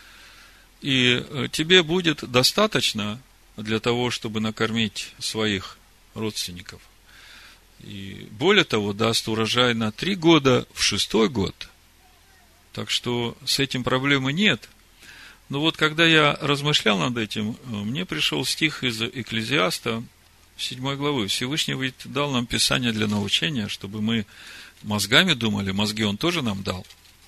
И тебе будет достаточно для того, чтобы накормить своих родственников. И более того, даст урожай на 3 года в 6-й год. Так что с этим проблемы нет. Но вот когда я размышлял над этим, мне пришел стих из Экклезиаста, 7 главы. Всевышний ведь дал нам Писание для научения, чтобы мы мозгами думали. Мозги Он тоже нам дал.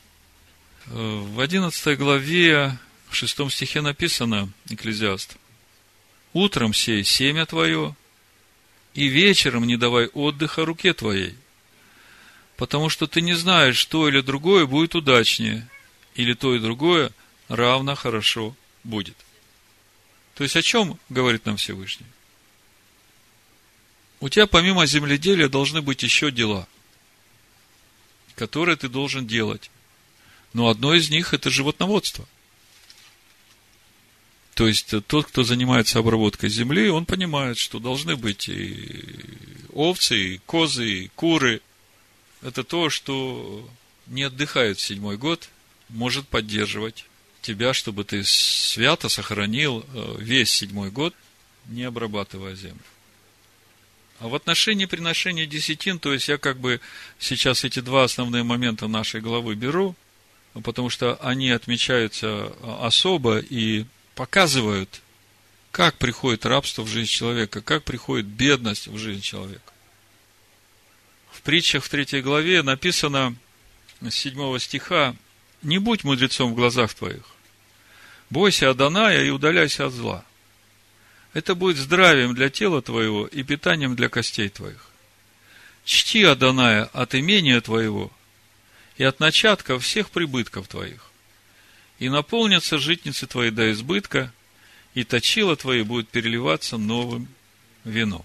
В 11 главе, в 6 стихе написано, Экклезиаст: «Утром сей семя твое, и вечером не давай отдыха руке твоей, потому что ты не знаешь, то или другое будет удачнее, или то и другое равно хорошо будет». То есть, о чем говорит нам Всевышний? У тебя помимо земледелия должны быть еще дела, которые ты должен делать. Но одно из них – это животноводство. То есть, тот, кто занимается обработкой земли, он понимает, что должны быть и овцы, и козы, и куры. Это то, что не отдыхает в 7-й год, может поддерживать тебя, чтобы ты свято сохранил весь 7-й год, не обрабатывая землю. А в отношении приношения десятин, то есть я как бы сейчас эти 2 основные момента нашей главы беру, потому что они отмечаются особо и показывают, как приходит рабство в жизнь человека, как приходит бедность в жизнь человека. В притчах в 3 главе написано с 7 стиха: «Не будь мудрецом в глазах твоих, бойся Адоная и удаляйся от зла. Это будет здравием для тела твоего и питанием для костей твоих. Чти Адоная от имения твоего и от начатка всех прибытков твоих. И наполнятся житницы твои до избытка, и точила твои будут переливаться новым вином».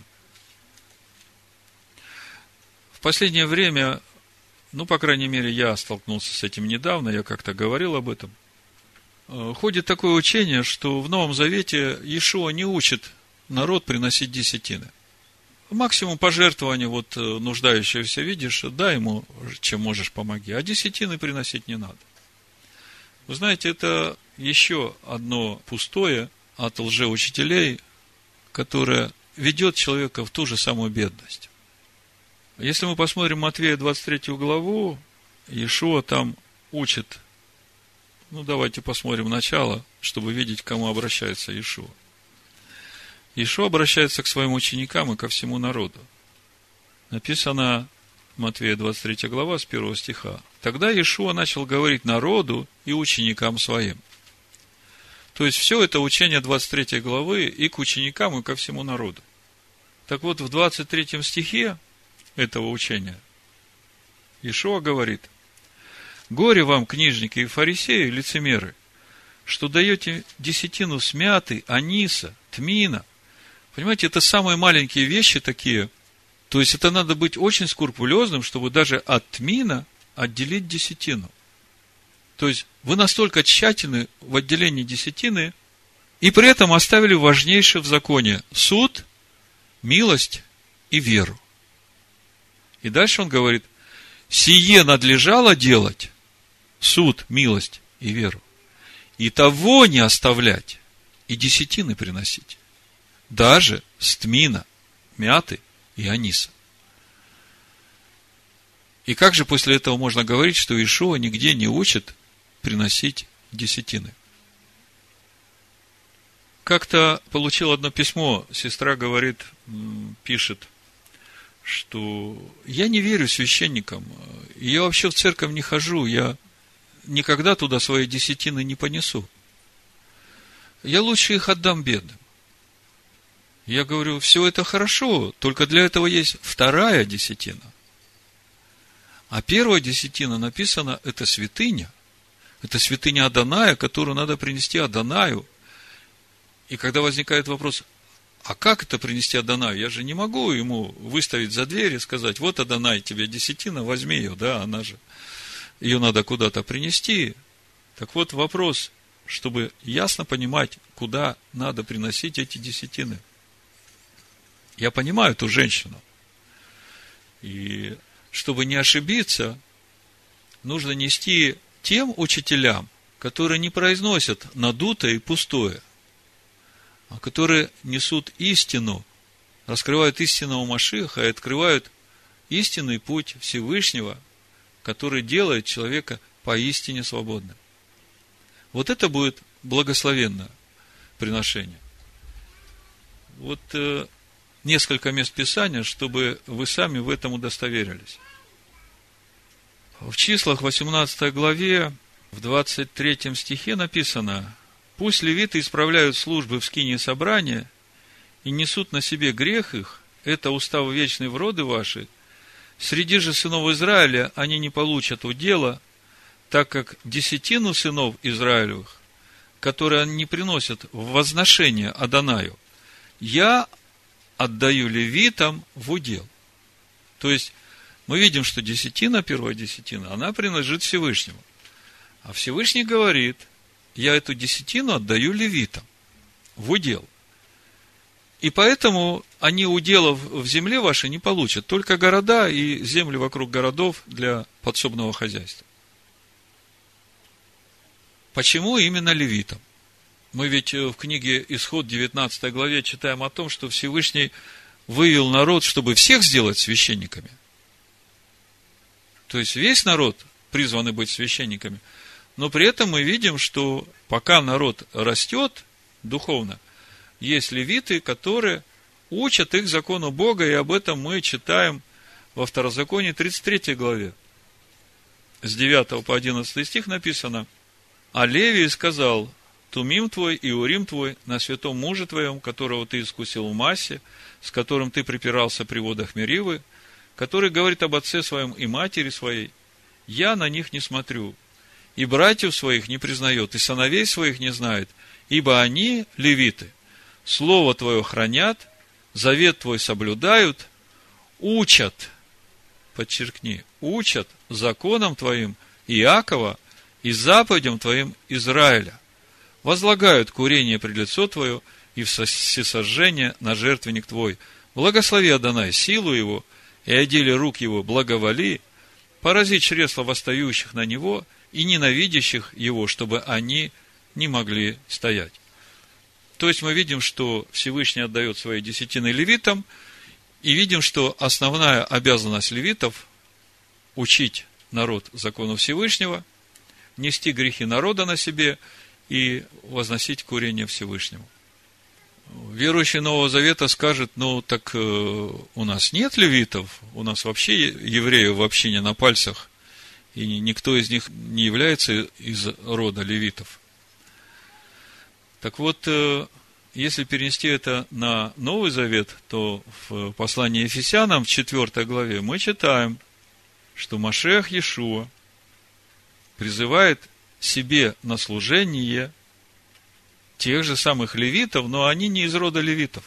В последнее время, по крайней мере, я столкнулся с этим недавно, я как-то говорил об этом. Ходит такое учение, что в Новом Завете Иешуа не учит народ приносить десятины. Максимум пожертвования, нуждающегося видишь, дай ему, чем можешь, помоги. А десятины приносить не надо. Вы знаете, это еще одно пустое от лжеучителей, которое ведет человека в ту же самую бедность. Если мы посмотрим Матвея 23 главу, Иешуа там учит. Давайте посмотрим начало, чтобы видеть, к кому обращается Иешуа. Иешуа обращается к своим ученикам и ко всему народу. Написано, Матвея 23 глава, с 1 стиха. «Тогда Иешуа начал говорить народу и ученикам своим». То есть, все это учение 23 главы и к ученикам, и ко всему народу. Так вот, в 23 стихе этого учения Иешуа говорит: «Горе вам, книжники и фарисеи, лицемеры, что даете десятину с мяты, аниса, тмина». Понимаете, это самые маленькие вещи такие. То есть, это надо быть очень скрупулезным, чтобы даже от тмина отделить десятину. То есть, вы настолько тщательны в отделении десятины, и при этом оставили важнейшее в законе – суд, милость и веру. И дальше он говорит: «Сие надлежало делать, суд, милость и веру, и того не оставлять, и десятины приносить, даже с тмина, мяты и аниса». И как же после этого можно говорить, что Иешуа нигде не учит приносить десятины? Как-то получил одно письмо, сестра говорит, пишет, что я не верю священникам, я вообще в церковь не хожу, я никогда туда свои десятины не понесу. Я лучше их отдам бедным. Я говорю, все это хорошо, только для этого есть вторая десятина. А первая десятина написана, это святыня Адоная, которую надо принести Адонаю. И когда возникает вопрос, а как это принести Адонаю? Я же не могу ему выставить за дверь и сказать, вот Адонай, тебе десятина, возьми ее, да, она же, ее надо куда-то принести. Так вот вопрос, чтобы ясно понимать, куда надо приносить эти десятины. Я понимаю эту женщину. И чтобы не ошибиться, нужно нести тем учителям, которые не произносят надутое и пустое, а которые несут истину, раскрывают истинного Машиаха и открывают истинный путь Всевышнего, который делает человека поистине свободным. Вот это будет благословенное приношение. Вот несколько мест Писания, чтобы вы сами в этом удостоверились. В Числах 18 главе, в 23 стихе написано: «Пусть левиты исправляют службы в скинии собрания и несут на себе грех их, это устав вечный в роды ваши. Среди же сынов Израиля они не получат удела, так как десятину сынов Израилевых, которые они не приносят в возношение Адонаю, я отдаю левитам в удел». То есть, мы видим, что десятина, первая десятина, она принадлежит Всевышнему. А Всевышний говорит: я эту десятину отдаю левитам в удел. И поэтому они уделов в земле вашей не получат, только города и земли вокруг городов для подсобного хозяйства. Почему именно левитам? Мы ведь в книге Исход 19 главе читаем о том, что Всевышний вывел народ, чтобы всех сделать священниками. То есть весь народ призваны быть священниками. Но при этом мы видим, что пока народ растет духовно, есть левиты, которые учат их закону Бога, и об этом мы читаем во Второзаконии 33 главе. С 9 по 11 стих написано: «А Левий сказал: Тумим твой и Урим твой на святом муже твоем, которого ты искусил в массе, с которым ты припирался при водах Меривы, который говорит об отце своем и матери своей, я на них не смотрю, и братьев своих не признает, и сыновей своих не знает, ибо они, левиты, слово твое хранят, завет твой соблюдают, учат», подчеркни, учат законам твоим Иакова и заповедям твоим Израиля, возлагают курение пред лицо твое и всесожжение на жертвенник твой. Благослови Адонай силу его, и о деле рук его благоволи, порази чресла восстающих на него и ненавидящих его, чтобы они не могли стоять. То есть мы видим, что Всевышний отдает свои десятины левитам, и видим, что основная обязанность левитов – учить народ закону Всевышнего, нести грехи народа на себе и возносить курение Всевышнему. Верующий Нового Завета скажет: ну так у нас нет левитов, у нас вообще евреев в общине на пальцах, и никто из них не является из рода левитов. Так вот, если перенести это на Новый Завет, то в послании Ефесянам в 4 главе мы читаем, что Машиах Иешуа призывает себе на служение тех же самых левитов, но они не из рода левитов.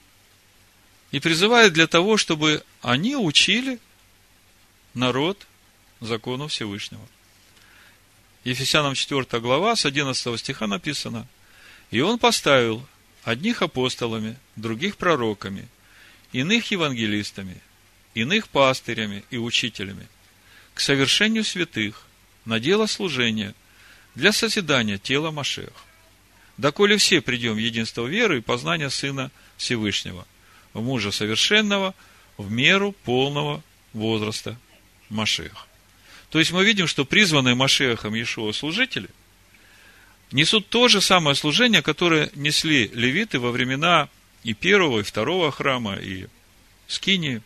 И призывает для того, чтобы они учили народ закону Всевышнего. Ефесянам 4 глава, с 11 стиха написано: «И он поставил одних апостолами, других пророками, иных евангелистами, иных пастырями и учителями, к совершению святых, на дело служения, для созидания тела Машиаха, доколе все придем в единство веры и познания Сына Всевышнего, в мужа совершенного, в меру полного возраста Машиаха». То есть мы видим, что призванные Машиахом Иешуа служители несут то же самое служение, которое несли левиты во времена и первого, и второго храма, и скинии.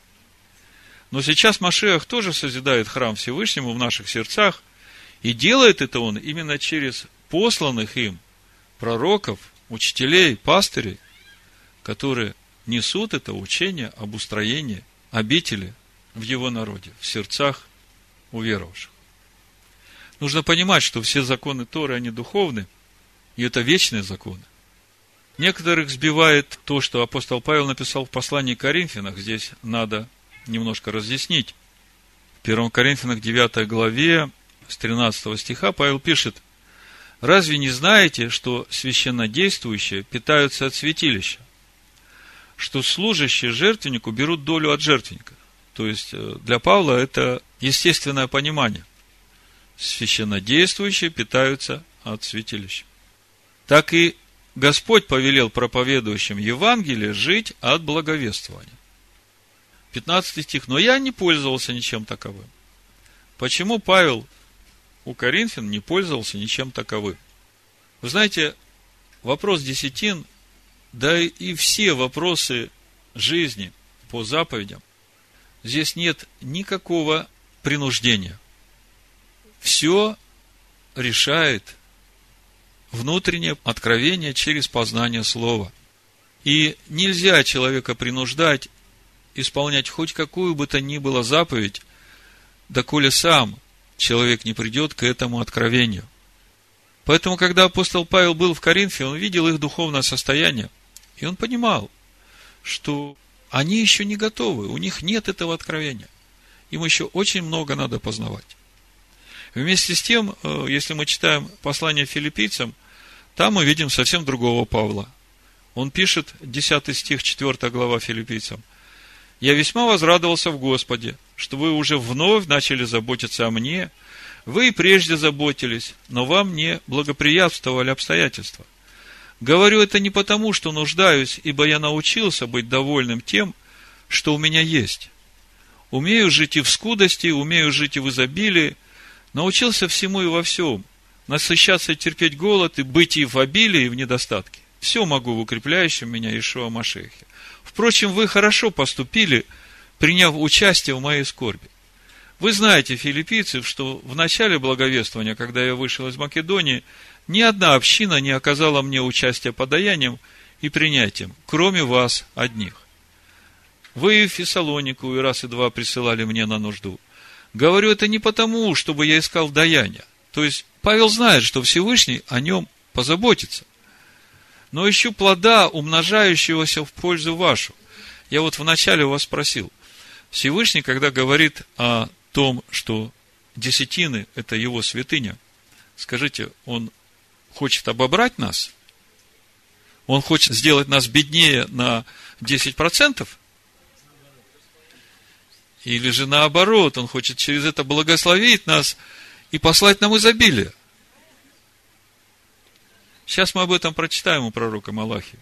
Но сейчас Машиах тоже созидает храм Всевышнему в наших сердцах, и делает это он именно через посланных им пророков, учителей, пастырей, которые несут это учение об устроении обители в его народе, в сердцах уверовавших. Нужно понимать, что все законы Торы, они духовны, и это вечные законы. Некоторых сбивает то, что апостол Павел написал в послании к Коринфянам. Здесь надо немножко разъяснить. В 1 Коринфянам 9 главе, с 13 стиха, Павел пишет: Разве не знаете, что священнодействующие питаются от святилища? Что служащие жертвеннику берут долю от жертвенника. То есть, для Павла это естественное понимание. Священнодействующие питаются от святилища. Так и Господь повелел проповедующим Евангелие жить от благовествования. 15 стих. Но я не пользовался ничем таковым. Почему Павел у Коринфян не пользовался ничем таковым? Вы знаете, вопрос десятин, да и все вопросы жизни по заповедям, здесь нет никакого принуждения. Все решает внутреннее откровение через познание Слова. И нельзя человека принуждать исполнять хоть какую бы то ни было заповедь, доколе сам человек не придет к этому откровению. Поэтому, когда апостол Павел был в Коринфе, он видел их духовное состояние, и он понимал, что они еще не готовы, у них нет этого откровения. Им еще очень много надо познавать. Вместе с тем, если мы читаем послание филиппийцам, там мы видим совсем другого Павла. Он пишет, 10 стих, 4 глава филиппийцам: «Я весьма возрадовался в Господе, что вы уже вновь начали заботиться о мне. Вы и прежде заботились, но вам не благоприятствовали обстоятельства. Говорю это не потому, что нуждаюсь, ибо я научился быть довольным тем, что у меня есть. Умею жить и в скудости, умею жить и в изобилии, научился всему и во всем, насыщаться и терпеть голод, и быть и в обилии, и в недостатке. Все могу в укрепляющем меня Иешуа Машиахе. Впрочем, вы хорошо поступили, приняв участие в моей скорби. Вы знаете, филиппийцев, что в начале благовествования, когда я вышел из Македонии, ни одна община не оказала мне участия подаянием и принятием, кроме вас одних. Вы в Фессалонику и раз и два присылали мне на нужду. Говорю это не потому, чтобы я искал даяния. То есть, Павел знает, что Всевышний о нем позаботится. Но ищу плода, умножающегося в пользу вашу. Я вот вначале вас спросил. Всевышний, когда говорит о том, что десятины – это его святыня, скажите, он хочет обобрать нас? Он хочет сделать нас беднее на 10%? Или же наоборот, он хочет через это благословить нас и послать нам изобилие? Сейчас мы об этом прочитаем у пророка Малахии.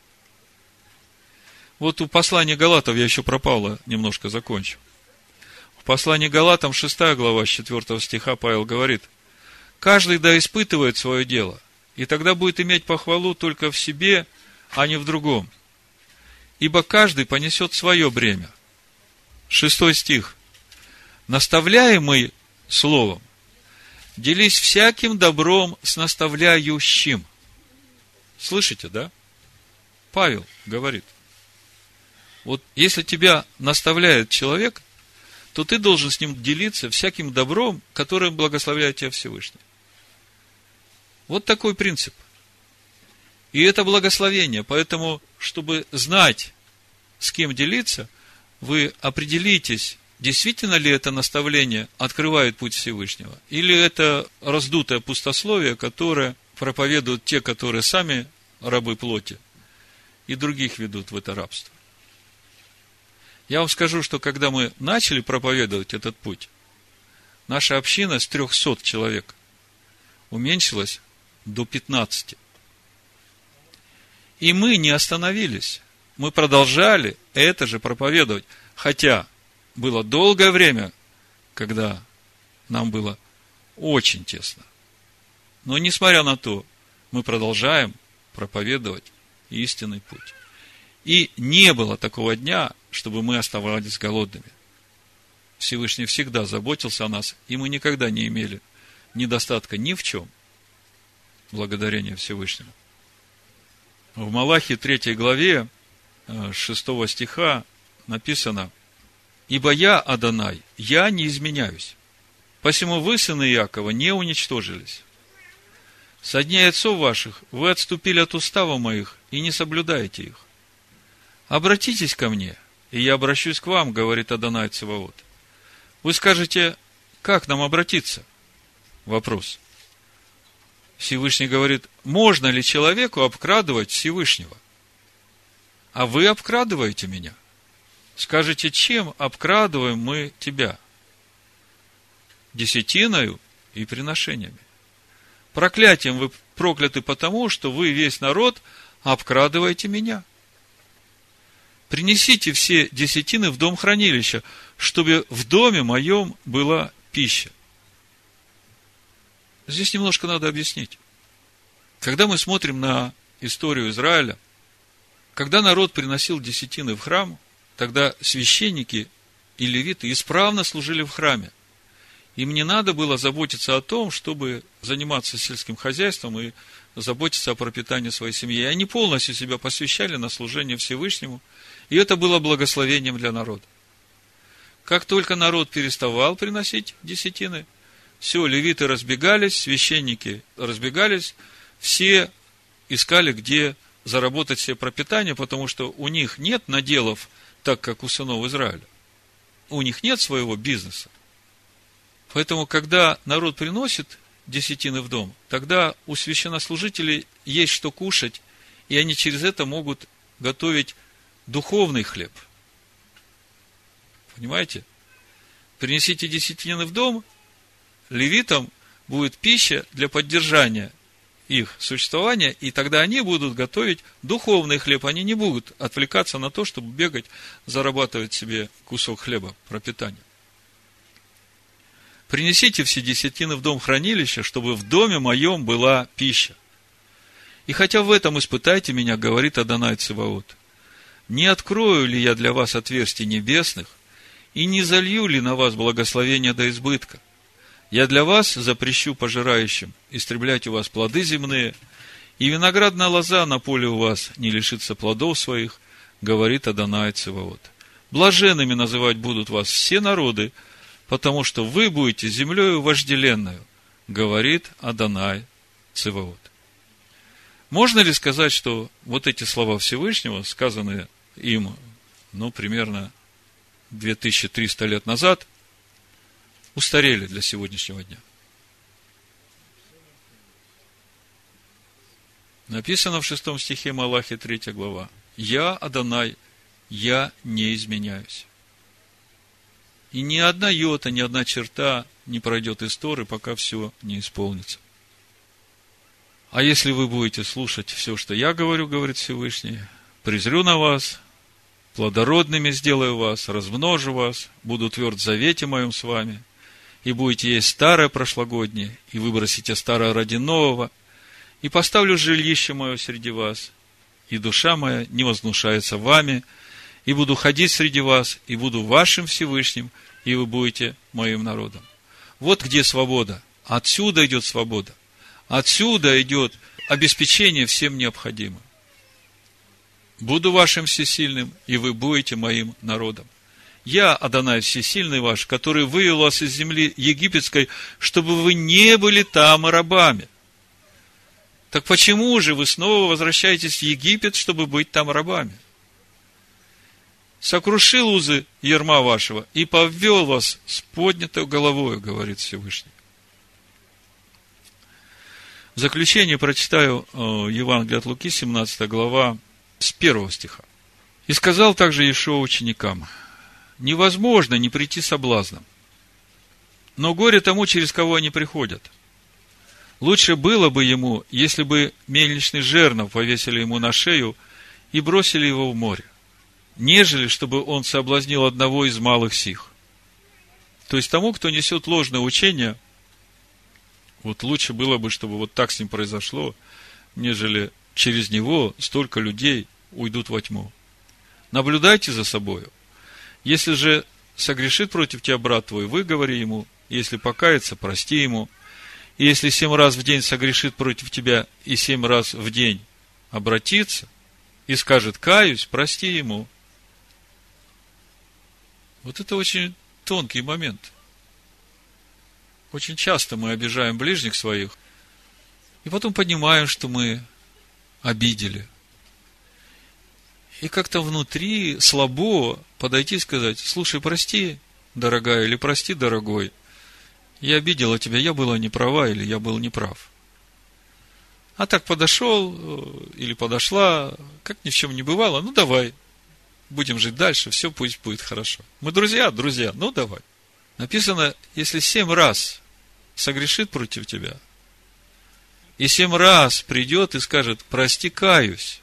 Вот у послания Галатов, я еще про Павла немножко закончу. В послании Галатам 6 глава, с 4 стиха Павел говорит: «Каждый да испытывает свое дело, и тогда будет иметь похвалу только в себе, а не в другом. Ибо каждый понесет свое бремя». 6 стих. «Наставляемый словом, делись всяким добром с наставляющим». Слышите, да? Павел говорит: вот если тебя наставляет человек, то ты должен с ним делиться всяким добром, которым благословляет тебя Всевышний. Вот такой принцип. И это благословение. Поэтому, чтобы знать, с кем делиться, вы определитесь, действительно ли это наставление открывает путь Всевышнего, или это раздутое пустословие, которое проповедуют те, которые сами рабы плоти, и других ведут в это рабство. Я вам скажу, что когда мы начали проповедовать этот путь, наша община с 300 человек уменьшилась до 15. И мы не остановились. Мы продолжали это же проповедовать. Хотя было долгое время, когда нам было очень тесно. Но несмотря на то, мы продолжаем проповедовать истинный путь. И не было такого дня, чтобы мы оставались голодными. Всевышний всегда заботился о нас, и мы никогда не имели недостатка ни в чем, благодарение Всевышнему. В Малахии 3 главе 6 стиха написано: «Ибо я, Адонай, я не изменяюсь, посему вы, сыны Иакова, не уничтожились. Со дней отцов ваших вы отступили от уставов моих и не соблюдаете их. Обратитесь ко мне, и я обращусь к вам, говорит Адонай Цеваот». Вы скажете: как нам обратиться? Вопрос. Всевышний говорит, можно ли человеку обкрадывать Всевышнего? А вы обкрадываете меня. Скажете, чем обкрадываем мы тебя? Десятиною и приношениями. Проклятием вы прокляты потому, что вы, весь народ, обкрадываете меня. Принесите все десятины в дом хранилища, чтобы в доме моем была пища. Здесь немножко надо объяснить. Когда мы смотрим на историю Израиля, когда народ приносил десятины в храм, тогда священники и левиты исправно служили в храме. Им не надо было заботиться о том, чтобы заниматься сельским хозяйством и заботиться о пропитании своей семьи. И они полностью себя посвящали на служение Всевышнему, и это было благословением для народа. Как только народ переставал приносить десятины, все, левиты разбегались, священники разбегались, все искали, где заработать себе пропитание, потому что у них нет наделов, так как у сынов Израиля. У них нет своего бизнеса. Поэтому, когда народ приносит десятины в дом, тогда у священнослужителей есть что кушать, и они через это могут готовить духовный хлеб. Понимаете? Принесите десятины в дом, левитам будет пища для поддержания их существования, и тогда они будут готовить духовный хлеб. Они не будут отвлекаться на то, чтобы бегать, зарабатывать себе кусок хлеба, пропитание. Принесите все десятины в дом хранилища, чтобы в доме моем была пища. И хотя в этом испытайте меня, говорит Адонай Цеваот, не открою ли я для вас отверстий небесных, и не залью ли на вас благословение до избытка? Я для вас запрещу пожирающим истреблять у вас плоды земные, и виноградная лоза на поле у вас не лишится плодов своих, говорит Адонай Цеваот. Блаженными называть будут вас все народы, потому что вы будете землею вожделенную, говорит Адонай Цеваот. Можно ли сказать, что вот эти слова Всевышнего, сказанные им, примерно 2300 лет назад, устарели для сегодняшнего дня? Написано в 6 стихе Малахи 3 глава. Я, Адонай, я не изменяюсь. И ни одна йота, ни одна черта не пройдет из Торы, пока все не исполнится. А если вы будете слушать все, что я говорю, говорит Всевышний, презрю на вас, плодородными сделаю вас, размножу вас, буду тверд в завете моем с вами, и будете есть старое прошлогоднее, и выбросите старое ради нового, и поставлю жилище мое среди вас, и душа моя не вознушается вами, и буду ходить среди вас, и буду вашим Всевышним, и вы будете моим народом. Вот где свобода. Отсюда идет свобода. Отсюда идет обеспечение всем необходимым. Буду вашим всесильным, и вы будете моим народом. Я, Адонай всесильный ваш, который вывел вас из земли египетской, чтобы вы не были там рабами. Так почему же вы снова возвращаетесь в Египет, чтобы быть там рабами? Сокрушил узы ярма вашего и повел вас с поднятой головой, говорит Всевышний. В заключение прочитаю Евангелие от Луки, 17 глава, с 1 стиха. «И сказал также Иешуа ученикам: невозможно не прийти соблазном, но горе тому, через кого они приходят. Лучше было бы ему, если бы мельничный жернов повесили ему на шею и бросили его в море, нежели чтобы он соблазнил одного из малых сих». То есть тому, кто несет ложное учение, вот лучше было бы, чтобы вот так с ним произошло, нежели через него столько людей уйдут во тьму. Наблюдайте за собою. Если же согрешит против тебя брат твой, выговори ему, если покается, прости ему. И если 7 раз в день согрешит против тебя и 7 раз в день обратится и скажет: каюсь, прости ему. Вот это очень тонкий момент. Очень часто мы обижаем ближних своих, и потом понимаем, что мы обидели. И как-то внутри слабо подойти и сказать: слушай, прости, дорогая, или прости, дорогой, я обидела тебя, я была не права, или я был неправ. А так подошел или подошла, как ни в чем не бывало, ну давай, будем жить дальше, все пусть будет хорошо. Мы друзья, ну давай. Написано, если 7 раз согрешит против тебя, и 7 раз придет и скажет: прости, каюсь,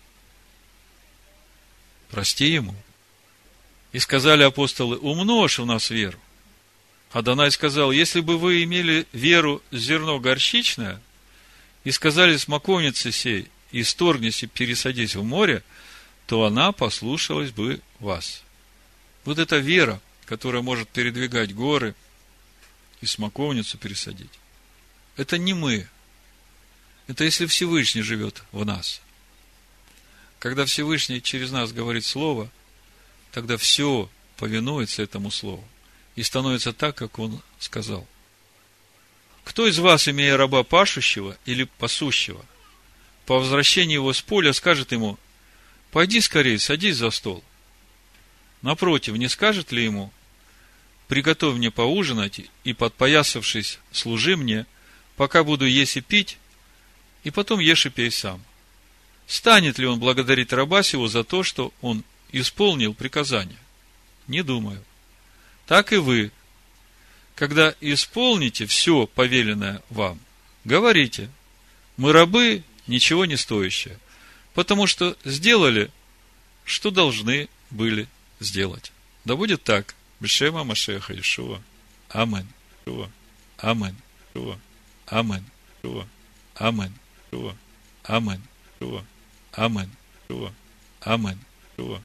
прости ему. И сказали апостолы: умножь в нас веру. А Адонай сказал: если бы вы имели веру зерно горчичное, и сказали смоковнице сей: исторгнись и пересадись в море, то она послушалась бы вас. Вот эта вера, которая может передвигать горы и смоковницу пересадить, это не мы. Это если Всевышний живет в нас. Когда Всевышний через нас говорит слово, тогда все повинуется этому слову и становится так, как он сказал. Кто из вас, имея раба пашущего или пасущего, по возвращении его с поля скажет ему: пойди скорее, садись за стол? Напротив, не скажет ли ему: приготовь мне поужинать и, подпоясавшись, служи мне, пока буду есть и пить, и потом ешь и пей сам? Станет ли он благодарить раба сего за то, что он исполнил приказание? Не думаю. Так и вы, когда исполните все повеленное вам, говорите: мы рабы, ничего не стоящие, потому что сделали, что должны были сделать. Да будет так. Бешема Машеха Иешуа. Амин. Амин. Амин. Амин. Амин. Амин. Амин.